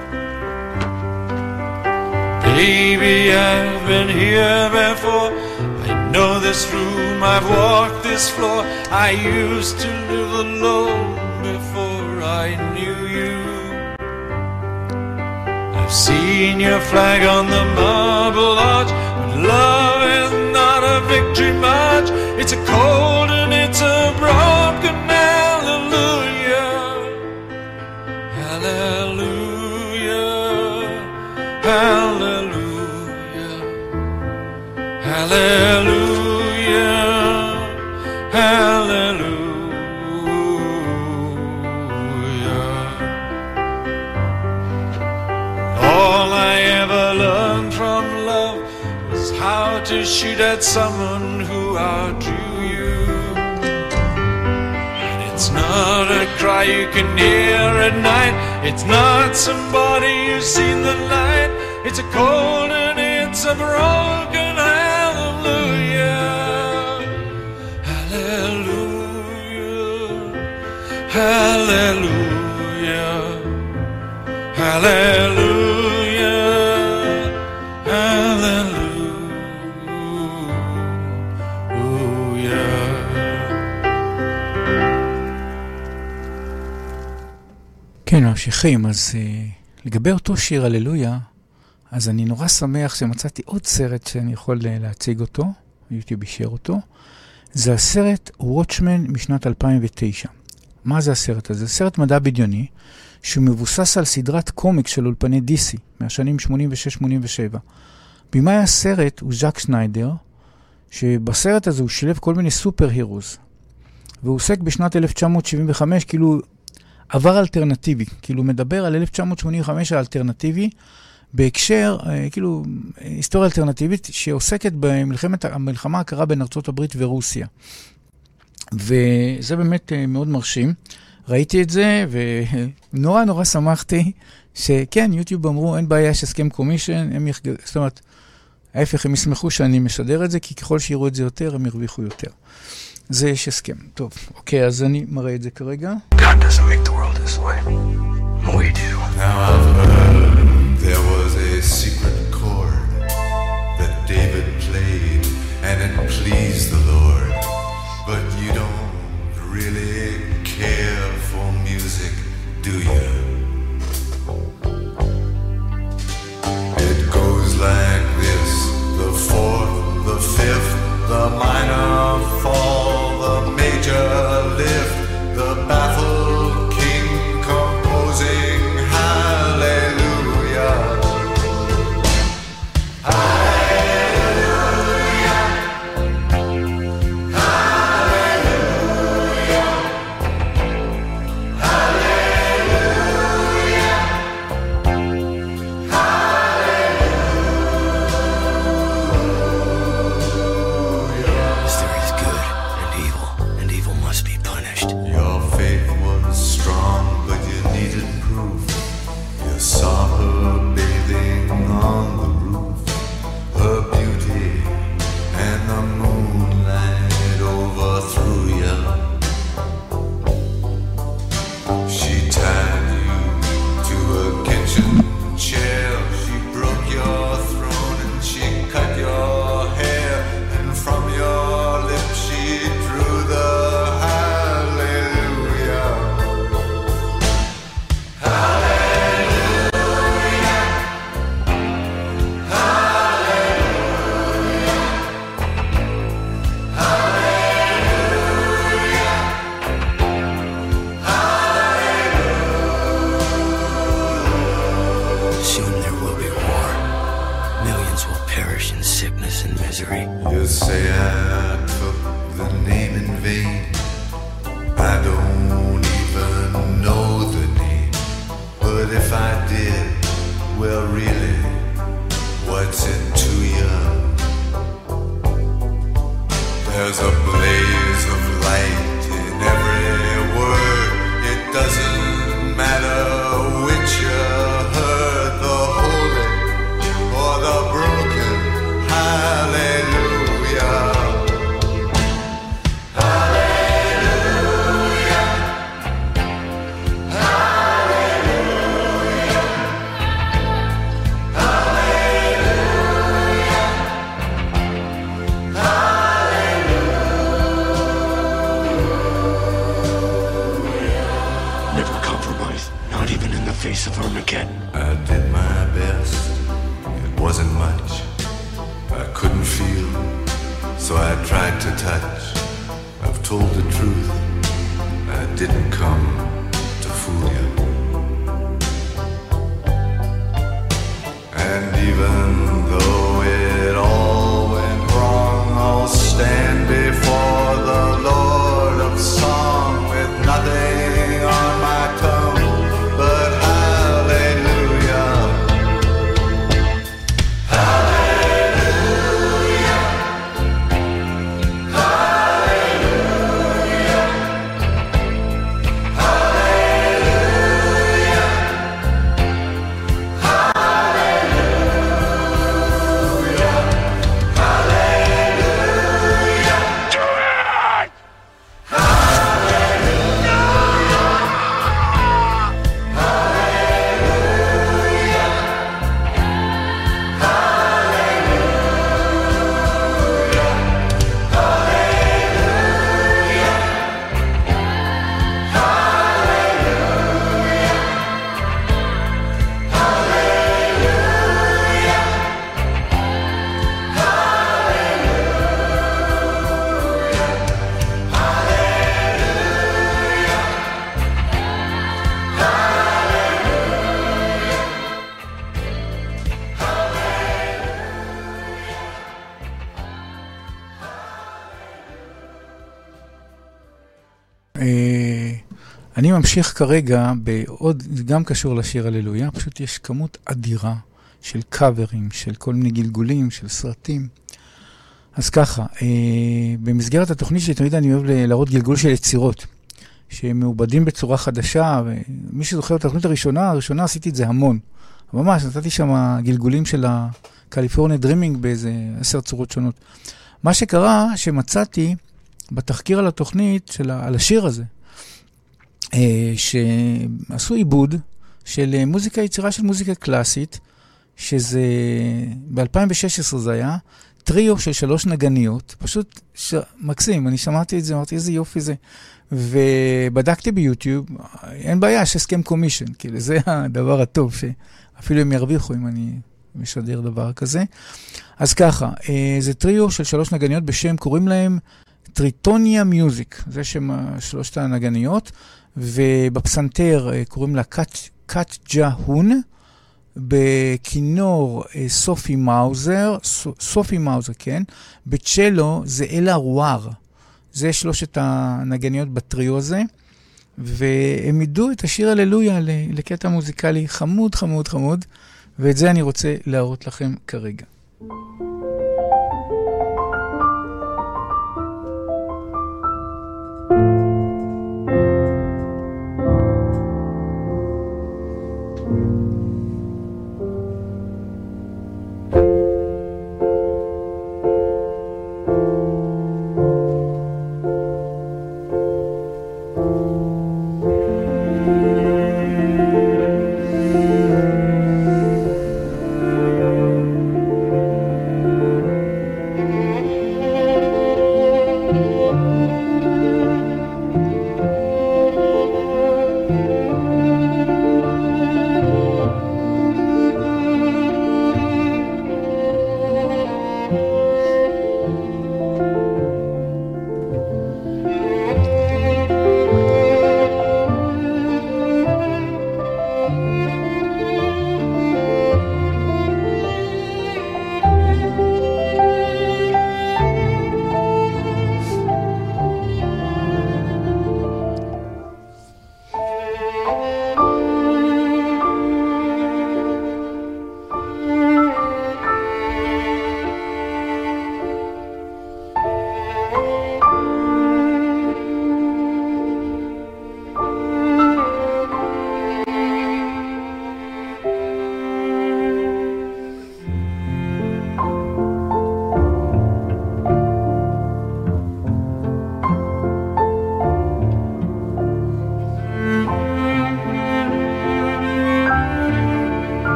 Baby, I've been here before. I know this room, I've walked this floor. I used to live alone before I knew you. I've seen your flag on the marble arch, but love is not a victory march. It's a cold and it's a broken hallelujah, hallelujah, hallelujah, hallelujah, hallelujah. All I ever learned from love was how to shoot at someone who outdrew you. And it's not a cry you can hear at night. It's not somebody who's seen the light. It's a cold and it's a broken hallelujah, hallelujah, hallelujah, hallelujah, hallelujah. כן, ממשיכים. אז לגבי אותו שיר הללויה, אז אני נורא שמח שמצאתי עוד סרט שאני יכול להציג אותו, יוטיוב אישר אותו. זה הסרט Watchmen משנת 2009. מה זה הסרט הזה? זה סרט מדע בדיוני, שהוא מבוסס על סדרת קומיק של אולפני DC, מהשנים 86-87. במאי הסרט הוא ז'ק שניידר, שבסרט הזה הוא שילב כל מיני סופר הירוס, והוא עוסק בשנת 1975, כאילו עבר אלטרנטיבי, כאילו מדבר על 1985 האלטרנטיבי, בהקשר, כאילו, היסטוריה אלטרנטיבית שעוסקת במלחמה הקרה בין ארצות הברית ורוסיה. וזה באמת מאוד מרשים. ראיתי את זה, ונורא נורא שמחתי שכן, יוטיוב אמרו, אין בעיה, יש הסכם קומישן, זאת אומרת, ההפך, הם ישמחו שאני משדר את זה, כי ככל שיראו את זה יותר, הם ירוויחו יותר. זה יש הסכם. טוב, אוקיי, אז אני מראה את זה כרגע. God doesn't make the world this way. We do. Now I've heard there was a secret chord that David played, and it pleased the Lord. But you don't really care for music, do you? It goes like this: the fourth, the fifth, the minor fall, the major lift, the baffled king composing hallelujah. Hallelujah. Hallelujah. Hallelujah. There is good and evil must be punished. Your faith was strong, but you needed proof. You saw her bathing on the roof, her beauty and the moonlight overthrew you. She tied you to a kitchen chair, she broke your throne and she cut your hair, and from your lips she drew the hallelujah. Hallelujah. Hallelujah. Hallelujah. Soon there will be war. Millions will perish in sickness and misery. You say I took the name in vain. I don't even know the name. But if I did, well really, what's it to you? There's a blaze of light in every word. It doesn't matter which you heard, the holy or the broken. Hallelujah. Hallelujah. Hallelujah. Never compromise, not even in the face of Armageddon. I did my best. It wasn't much. I couldn't feel, so I tried to touch. I've told the truth. I didn't come to fool you. And even though it all went wrong, I'll stand before the Lord of Song with nothing on my tongue but hallelujah. Hallelujah. Hallelujah. אני ממשיך כרגע בעוד, גם קשור לשיר הללויה, פשוט יש כמות אדירה של קאברים, של כל מיני גלגולים, של סרטים. אז ככה, במסגרת התוכנית שלי תמיד אני אוהב להראות גלגול של יצירות, שהם מעובדים בצורה חדשה, ומי שזוכר את התוכנית הראשונה עשיתי את זה המון. ממש, נתתי שם גלגולים של הקליפורניה דרימינג באיזה 10 צורות שונות. מה שקרה, שמצאתי בתחקיר על התוכנית, על השיר הזה, שעשו עיבוד של מוזיקה, יצירה של מוזיקה קלאסית, שזה, ב-2016 זה היה, טריו של 3 נגניות, פשוט מקסים, אני שמעתי את זה, אמרתי איזה יופי זה, ובדקתי ביוטיוב, אין בעיה, יש הסכם קומישן, כאילו זה הדבר הטוב, שאפילו הם ירוויחו אם אני משדר דבר כזה. אז ככה, זה טריו של 3 נגניות בשם, קוראים להם טריטוניה מיוזיק, זה שם 3 הנגניות, ובפסנתר קוראים לה קאטג'ה הון, בכינור סופי מאוזר, כן? בצ'לו זה אלה רואר. זה 3 הנגניות בטריו הזה, והם ידעו את השיר הללויה לקטע מוזיקלי חמוד, חמוד, חמוד, ואת זה אני רוצה להראות לכם כרגע.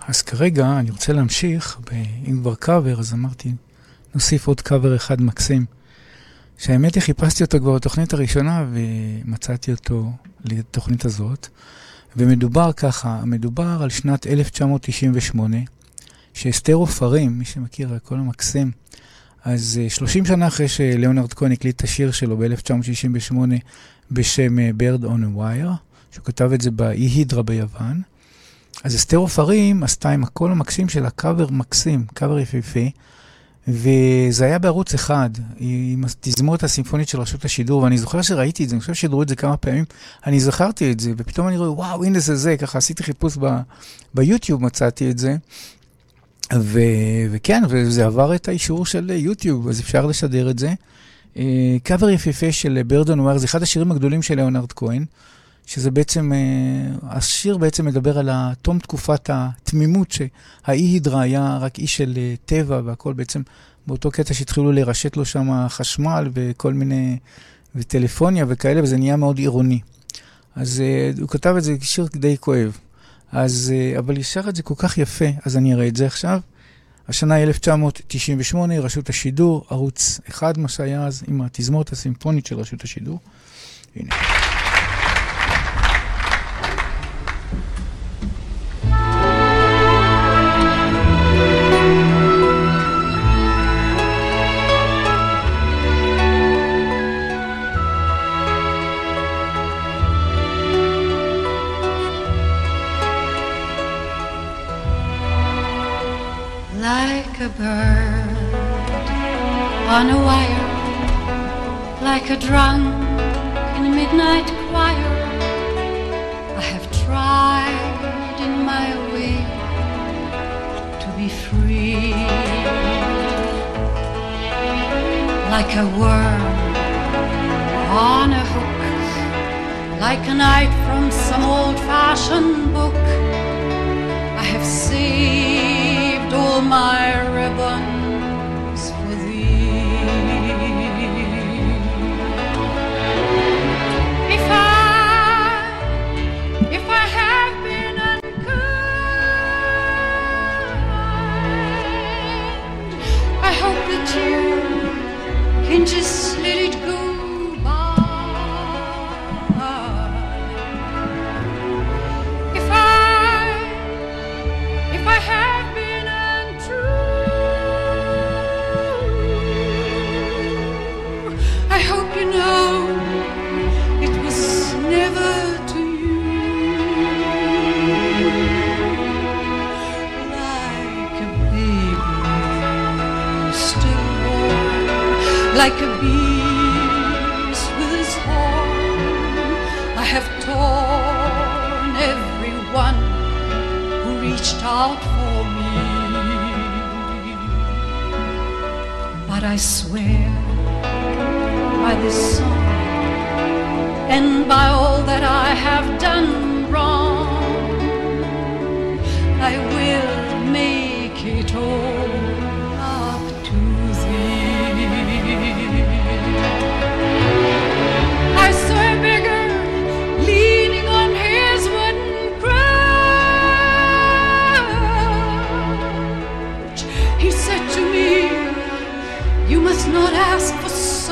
אז כרגע אני רוצה להמשיך, אם כבר קאבר, אז אמרתי, נוסיף עוד קאבר אחד מקסים, שהאמת היא חיפשתי אותו כבר בתוכנית הראשונה, ומצאתי אותו לתוכנית הזאת, ומדובר ככה, מדובר על שנת 1998, שאסתר עופרים, מי שמכיר, הכל המקסים, אז 30 שנה אחרי שליאונרד כהן הקליט את השיר שלו ב-1968 בשם Bird on a Wire, שהוא כתב את זה באי הידרה ביוון, אז אסתר עופרים עשתה עם הקול המקסים של הקאבר מקסים, קאבר יפהפה, וזה היה בערוץ אחד, עם התזמורת הסימפונית של רשות השידור, ואני זוכר שראיתי את זה, אני חושב ששידרו את זה כמה פעמים, אני זכרתי את זה, ופתאום אני רואה, וואו, הנה זה, ככה עשיתי חיפוש ביוטיוב, מצאתי את זה, וכן, וזה עבר את האישור של יוטיוב, אז אפשר לשדר את זה. קאבר יפהפה של Bird on a Wire, זה אחד השירים הגדולים של ליאונרד כהן, שזה בעצם, השיר בעצם מדבר על תום תקופת התמימות, שהאי הידרה היה רק אי של טבע, והכל בעצם באותו קטע שהתחילו לרשת לו שם חשמל וכל מיני, וטלפוניה וכאלה, וזה נהיה מאוד עירוני. אז הוא כתב את זה שיר די כואב. אז, אבל ישר את זה כל כך יפה, אז אני אראה את זה עכשיו. השנה היא 1998, רשות השידור, ערוץ אחד, מה שהיה אז, עם התזמורת הסימפונית של רשות השידור. הנה. Like a bird on a wire, like a drunk in a midnight choir, I have tried in my way to be free. Like a worm on a hook, like a knight from some old-fashioned book, I have saved all my ribbons for thee. If I have been unkind, I hope that you can just let it go by. If I have been I hope you know it was never to you. Like a baby still born, like a beast with his horn, I have torn everyone who reached out for me. But I swear by this song and by all that I have done wrong, I will make it all up to thee. I saw a beggar leaning on his wooden crutch. He said to me, "You must not ask for so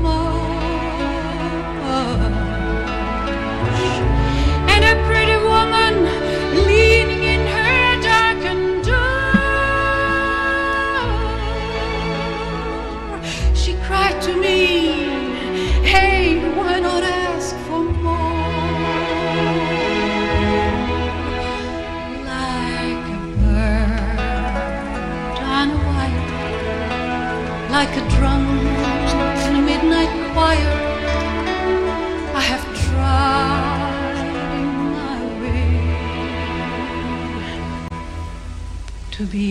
much." And a pretty woman leaning in her darkened door, she cried to me, "Hey, why not ask for more?" Like a bird on a wire, like a drum in a midnight choir, I have tried in my way to be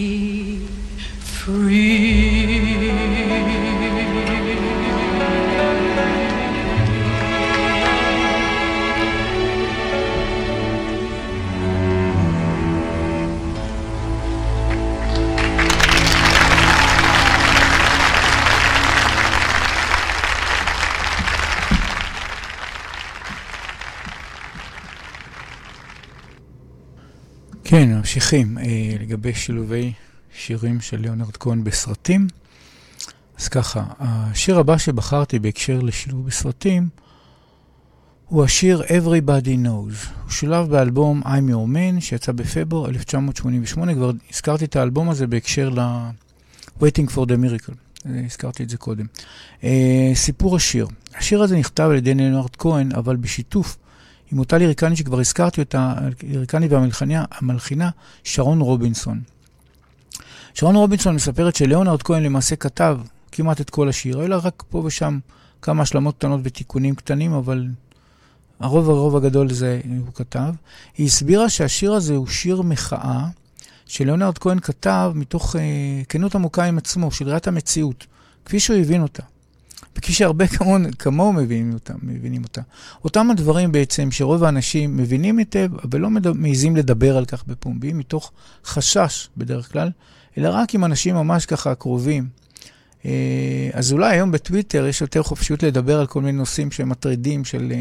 free. כן, ממשיכים לגבי שילובי שירים של ליאונרד כהן בסרטים. אז ככה, השיר הבא שבחרתי בהקשר לשילוב בסרטים הוא השיר Everybody Knows. הוא שולב באלבום I'm Your Man שיצא בפברואר 1988. כבר הזכרתי את האלבום הזה בהקשר ל-Waiting for the Miracle. הזכרתי את זה קודם. סיפור השיר. השיר הזה נכתב על ידי ליאונרד כהן, אבל בשיתוף עם אותה ליריקנית שכבר הזכרתי אותה, ליריקנית והמלחינה שרון רובינסון. שרון רובינסון מספרת שליאונרד כהן למעשה כתב כמעט את כל השיר, אלא רק פה ושם כמה השלמות קטנות ותיקונים קטנים, אבל הרוב הגדול זה הוא כתב. היא הסבירה שהשיר הזה הוא שיר מחאה, שליאונרד כהן כתב מתוך כנות עמוקה עם עצמו, של ראיית המציאות, כפי שהוא הבין אותה. וכפי שהרבה כמוהו מבינים אותה. אותם הדברים בעצם שרוב האנשים מבינים היטב, אבל לא מעיזים לדבר על כך בפומבי, מתוך חשש בדרך כלל, אלא רק עם אנשים ממש ככה קרובים. אז אולי היום בטוויטר יש יותר חופשיות לדבר על כל מיני נושאים שהם מטרידים של...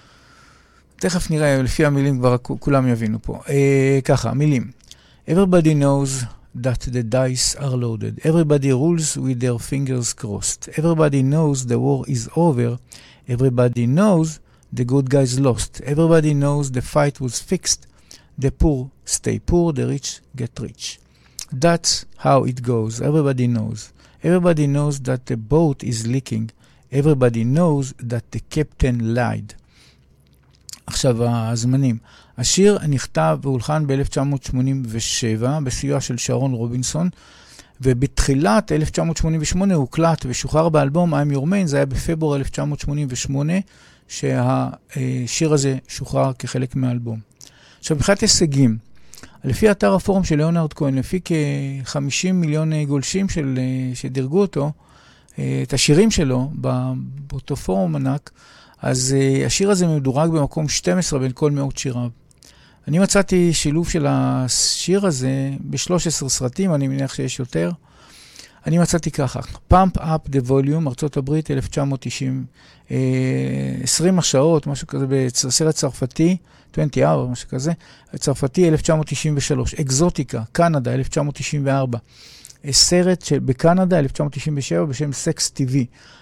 תכף נראה, לפי המילים כבר כולם יבינו פה. ככה, מילים. Everybody knows that the dice are loaded. Everybody rules with their fingers crossed. Everybody knows the war is over. Everybody knows the good guys lost. Everybody knows the fight was fixed. The poor stay poor, the rich get rich. That's how it goes. Everybody knows. Everybody knows that the boat is leaking. Everybody knows that the captain lied. עכשיו, הזמנים. השיר נכתב והולחן ב-1987 בסיוע של שרון רובינסון, ובתחילת 1988 הוא הוקלט ושוחרר באלבום I'm Your Man, זה היה בפברואר 1988, שהשיר הזה שוחרר כחלק מהאלבום. עכשיו, מבחינת הישגים, לפי אתר הפורום של ליאונרד כהן, לפי כ-50 מיליון גולשים שדירגו אותו, את השירים שלו באותו פורום ענק, אז השיר הזה מדורג במקום 12 בין כל מאות שיריו. אני מצאתי שילוב של השיר הזה ב-13 סרטים, אני מניח שיש יותר. אני מצאתי ככה, Pump Up the Volume, ארצות הברית, 1990, 20 השעות, משהו כזה, בסרט צרפתי, 20 hour, משהו כזה, צרפתי, 1993, אקזוטיקה, קנדה, 1994, סרט בקנדה, 1997, בשם סקס טיווי,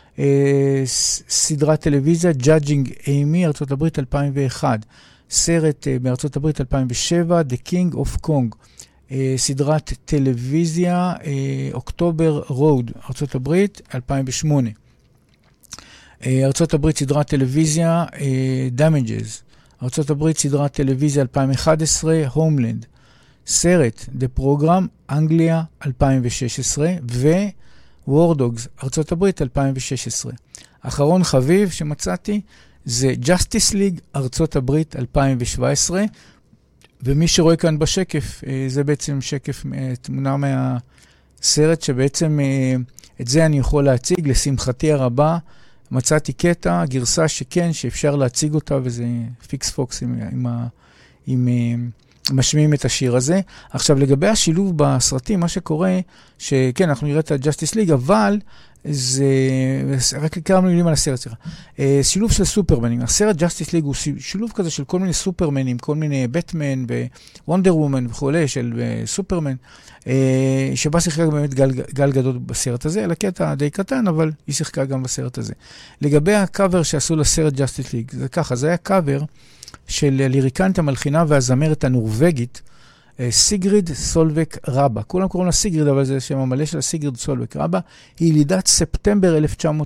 סדרת טלוויזיה, Judging Amy, ארצות הברית, 2001, סרט בארצות הברית 2007, The King of Kong, סדרת טלוויזיה, אוקטובר רוד, ארצות הברית 2008. ארצות הברית סדרת טלוויזיה, Damages, ארצות הברית סדרת טלוויזיה 2011, Homeland, סרט The Program, אנגליה 2016, ו-War Dogs, ארצות הברית 2016. אחרון חביב שמצאתי, זה Justice League, ארצות הברית 2017, ומי שרואה כאן בשקף, זה בעצם שקף, תמונה מהסרט, שבעצם את זה אני יכול להציג, לשמחתי הרבה, מצאתי קטע, גרסה שכן, שאפשר להציג אותה, וזה פיקס פוקס עם משמיעים את השיר הזה. עכשיו, לגבי השילוב בסרטים, מה שקורה, שכן, אנחנו נראה את ה-Justice League, אבל זה, רק כמה מילים על הסרט, שילוב של סופרמנים. הסרט Justice League הוא שילוב כזה של כל מיני סופרמנים, כל מיני בטמן ווונדר וומן וכו', של סופרמן, שבה שיחקה באמת גל גדול בסרט הזה, אלא קטע די קטן, אבל היא שיחקה גם בסרט הזה. לגבי הקאבר שעשו לסרט Justice League, זה ככה, זה היה קאבר של ליריקנית המלחינה והזמרת הנורווגית, סיגריד סולבק רבא. כולם קוראים לה סיגריד, אבל זה שם המלא של סיגריד סולבק רבא. היא ילידת ספטמבר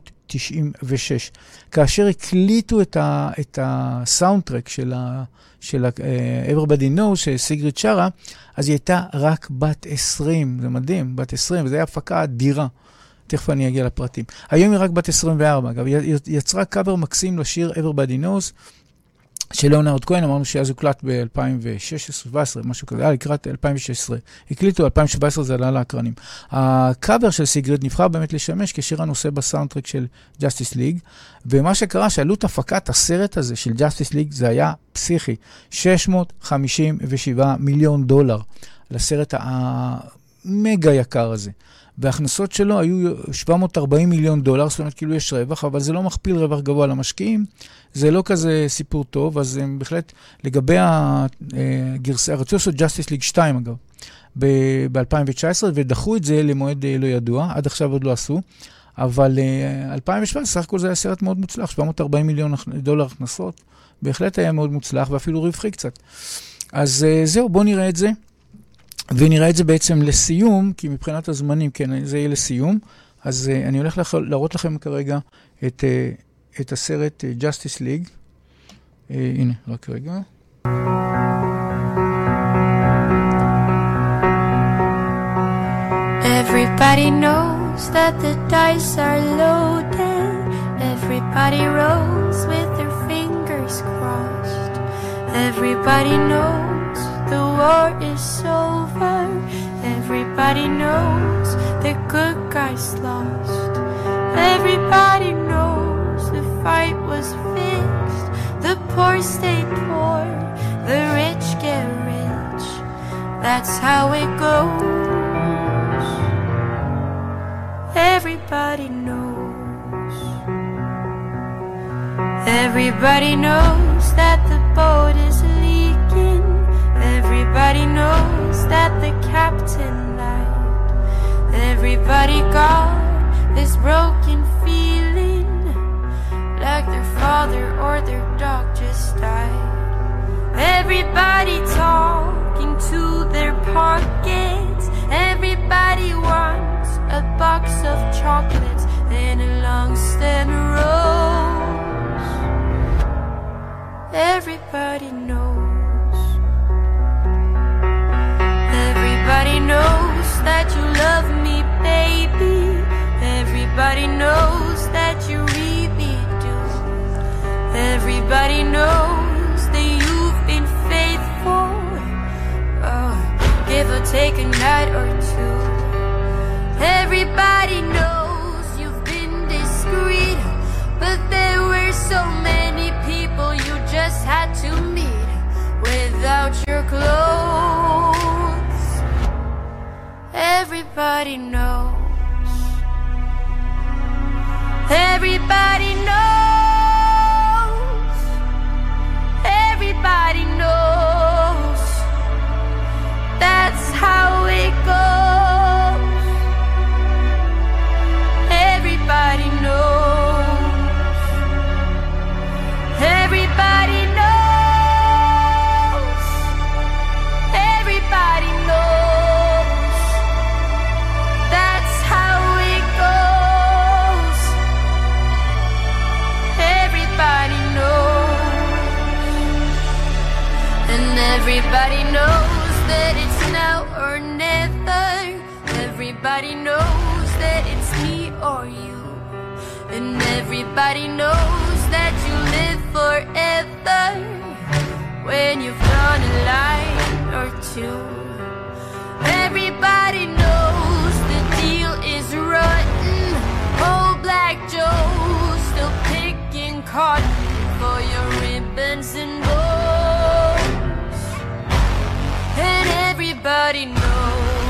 1996. כאשר הקליטו את הסאונדטרק של Everybody Knows שסיגריד שרה, אז היא הייתה רק בת 20. זה מדהים, בת 20, וזו הייתה הפקה אדירה. תכף אני אגיע לפרטים. היום היא רק בת 24. אגב, היא יצרה קאבר מקסים לשיר Everybody Knows, של ליאונרד כהן, אמרנו שאז הוקלט ב-2016-2017, משהו כזה, לקראת 2016. הקליטו, 2017 זה עלה לאקרנים. הקאבר של סיגריד נבחר באמת לשמש כשיר הנושא בסאונדטרק של Justice League, ומה שקרה שעלות הפקת הסרט הזה של Justice League זה היה פסיכי, $657 מיליון לסרט המגה יקר הזה. וההכנסות שלו היו $740 מיליון, זאת אומרת כאילו יש רווח, אבל זה לא מכפיל רווח גבוה למשקיעים, זה לא כזה סיפור טוב, אז הם בהחלט, לגבי הגרסה, רצו לעשות Justice League 2 אגב, ב-2019, ודחו את זה למועד לא ידוע, עד עכשיו עוד לא עשו, אבל 2017, סך הכל זה היה סרט מאוד מוצלח, $740 מיליון הכנסות, בהחלט היה מאוד מוצלח, ואפילו רווחי קצת. אז זהו, בואו נראה את זה, ונראה את זה בעצם לסיום, כי מבחינת הזמנים, כן, זה יהיה לסיום, אז אני הולך להראות לכם כרגע את הסרט Justice League. הנה, רק רגע. Everybody knows that the dice are loaded. Everybody rolls with their fingers crossed. Everybody knows the war is over. Everybody knows the good guys lost. Everybody knows the fight was fixed. The poor stay poor, the rich get rich. That's how it goes. Everybody knows. Everybody knows that the boat is leaking. Everybody knows that the captain lied. Everybody got this broken feeling, like their father or their dog just died. Everybody talking to their pockets. Everybody wants a box of chocolates and a long stem rose. Everybody knows. Everybody knows that you love me, baby. Everybody knows that you really do. Everybody knows that you've been faithful. Oh, give or take a night or two. Everybody knows you've been discreet, but there were so many people you just had to meet without your clothes. Everybody knows. Everybody knows. Everybody knows. That's how it goes. Everybody knows. Everybody knows. Everybody knows. That's how it goes. Everybody knows. And everybody knows that it's now or never. Everybody knows that it's me or you. And everybody knows that you live forever when you've drawn a line or two. Everybody knows the deal is rotten. Old Black Joe still picking cotton for your ribbons and bows. And everybody knows.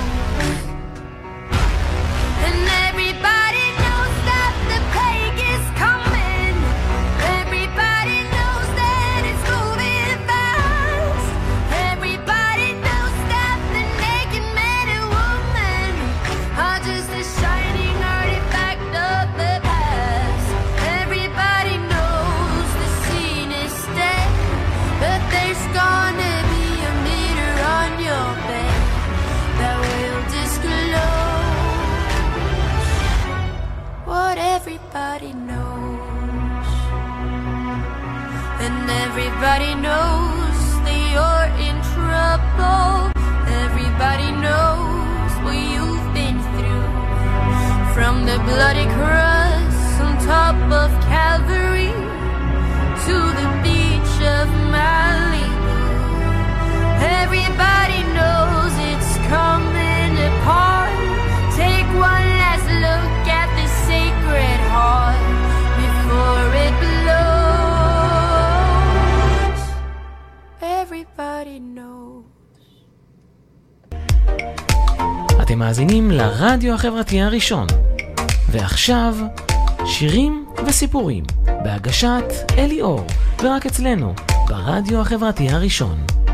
And everybody knows that the plague is coming. Everybody knows that it's moving fast. Everybody knows that the naked man and woman are just a shining artifact of the past. Everybody knows the scene is dead, but there's gonna be a meter on your bed that will disclose what everybody knows. And everybody knows that you're in trouble. Everybody knows what you've been through. From the bloody cross on top of Calvary to the beach of Malibu. Everybody knows it's coming apart. Take one last look at the sacred heart before it blows. Everybody knows. אתם מאזינים לרדיו החברתי הראשון. ועכשיו, שירים וסיפורים, בהגשת אלי אור, ורק אצלנו, ברדיו החברתי הראשון.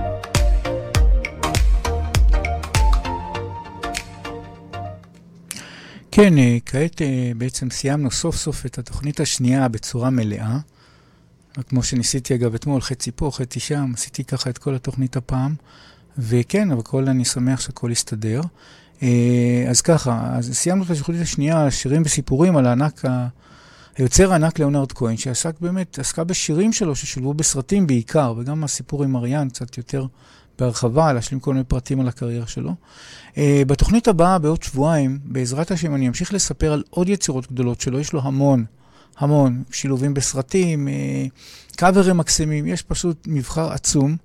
כן, כעת בעצם סיימנו סוף סוף את התוכנית השנייה בצורה מלאה. כמו שניסיתי אגב אתמול, חצי פה, חצי שם, עשיתי ככה את כל התוכנית הפעם. וכן, אבל אני שמח שהכל יסתדר. אז ככה, אז סיימנו את התוכנית השנייה, שירים וסיפורים על היוצר הענק ליאונרד כהן, עסקה בשירים שלו ששולבו בסרטים בעיקר, וגם הסיפור עם אריאן קצת יותר בהרחבה, להשלים כל מיני פרטים על הקריירה שלו. בתוכנית הבאה, בעוד שבועיים, בעזרת השם, אני אמשיך לספר על עוד יצירות גדולות שלו. יש לו המון שילובים בסרטים, קאברים מקסימים, יש פשוט מבחר עצום.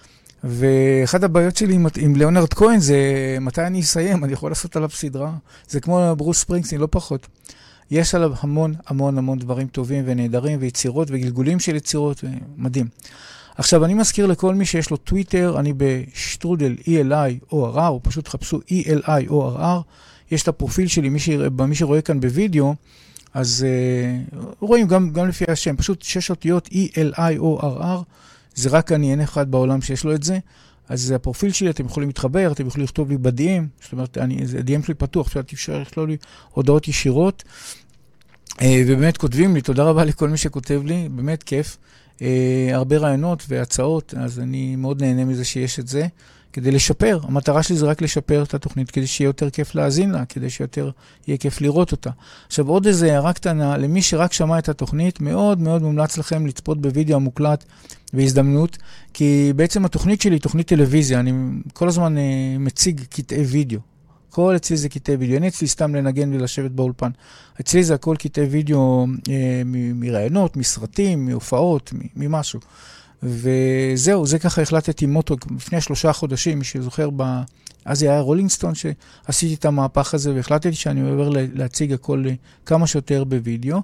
ואחת הבעיות שלי עם ליאונרד כהן זה מתי אני אסיים, אני יכול לעשות עליו סדרה. זה כמו ברוס ספרינגסטין, לא פחות. יש עליו המון דברים טובים ונהדרים, ויצירות וגלגולים של יצירות, מדהים. עכשיו, אני מזכיר לכל מי שיש לו טוויטר, אני בשטרודל ELI ORR, או פשוט חפשו ELI ORR, יש את הפרופיל שלי, מי שרואה כאן בווידאו, אז רואים גם לפי השם, פשוט 6 אותיות ELI ORR, זה רק אני, אין אחד בעולם שיש לו את זה, אז זה הפרופיל שלי, אתם יכולים להתחבר, אתם יכולים לכתוב לי בדיים, זאת אומרת, הדיים שלי פתוח, זאת אומרת, אפשר לכתוב לי הודעות ישירות, ובאמת כותבים לי, תודה רבה לכל מי שכותב לי, באמת כיף, הרבה רעיונות והצעות, אז אני מאוד נהנה מזה שיש את זה, כדי לשפר, המטרה שלי זה רק לשפר את התוכנית, כדי שיהיה יותר כיף להאזין לה, כדי שיותר יהיה כיף לראות אותה. עכשיו עוד איזה הערה קטנה, למי שרק שמע את התוכנית, מאוד מומלץ לכם לצפות בווידאו המוקלט בהזדמנות, כי בעצם התוכנית שלי היא תוכנית טלוויזיה, אני כל הזמן מציג קטעי וידאו. כל אצלי זה קטעי וידאו, אין אצלי סתם לנגן ולשבת באולפן. אצלי זה הכל קטעי וידאו מרעיונות, מסרטים, מהופעות, ממשהו. וזהו, זה ככה החלטתי מוטו לפני 3 חודשים, מי שזוכר, אז זה היה רולינגסטון שעשיתי את המהפך הזה, והחלטתי שאני עובר להציג הכל כמה שיותר בווידאו.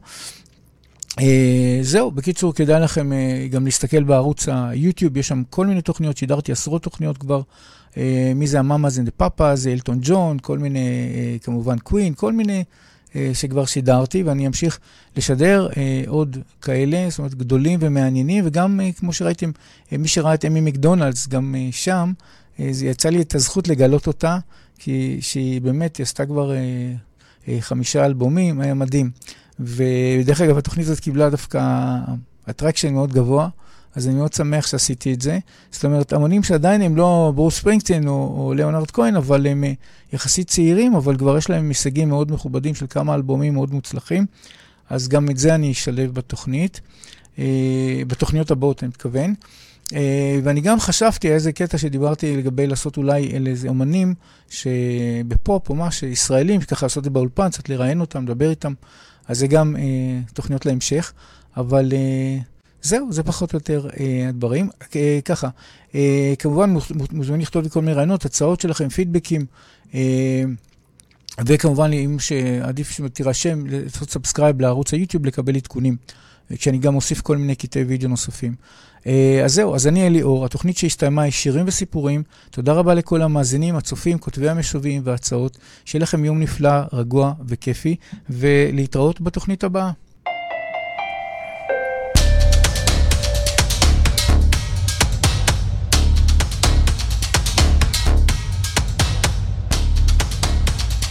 זהו, בקיצור, כדאי לכם גם להסתכל בערוץ היוטיוב, יש שם כל מיני תוכניות, שידרתי 10 תוכניות כבר, מי זה המאמאז אנד פאפה, זה אלטון ג'ון, כל מיני, כמובן קווין, כל מיני שכבר שידרתי, ואני אמשיך לשדר עוד כאלה, זאת אומרת, גדולים ומעניינים, וגם, כמו שראיתם, מי שראה את אמי מקדונלדס, גם שם, זה יצא לי את הזכות לגלות אותה, כי שהיא באמת עשתה כבר 5 אלבומים, היה מדהים. ודרך אגב, התוכנית הזאת קיבלה דווקא אטרקשן מאוד גבוה, אז אני מאוד שמח שעשיתי את זה. זאת אומרת, אמנים שעדיין הם לא ברוס ספרינגסטין או ליאונרד כהן, אבל הם יחסית צעירים, אבל כבר יש להם הישגים מאוד מכובדים של כמה אלבומים מאוד מוצלחים. אז גם את זה אני אשלב בתוכנית, בתוכניות הבאות אני מתכוון. ואני גם חשבתי איזה קטע שדיברתי לגבי לעשות אולי איזה אמנים שבפופ או מה שישראלים, שככה לעשות את זה באולפן, קצת לראיין אותם, לדבר איתם. אז זה גם תוכניות להמשך, אבל זהו, זה פחות או יותר הדברים. ככה, כמובן מוזמנים לכתוב לי כל מיני רעיונות, הצעות שלכם, פידבקים, וכמובן אם שעדיף שתירשם, לעשות סאבסקרייב לערוץ היוטיוב, לקבל עדכונים, כשאני גם מוסיף כל מיני קטעי וידאו נוספים. אז זהו, אז אני אלי אור, התוכנית שהסתיימה היא שירים וסיפורים. תודה רבה לכל המאזינים, הצופים, כותבי המשובים וההצעות. שיהיה לכם יום נפלא, רגוע וכיפי, ולהתראות בתוכנית הבאה.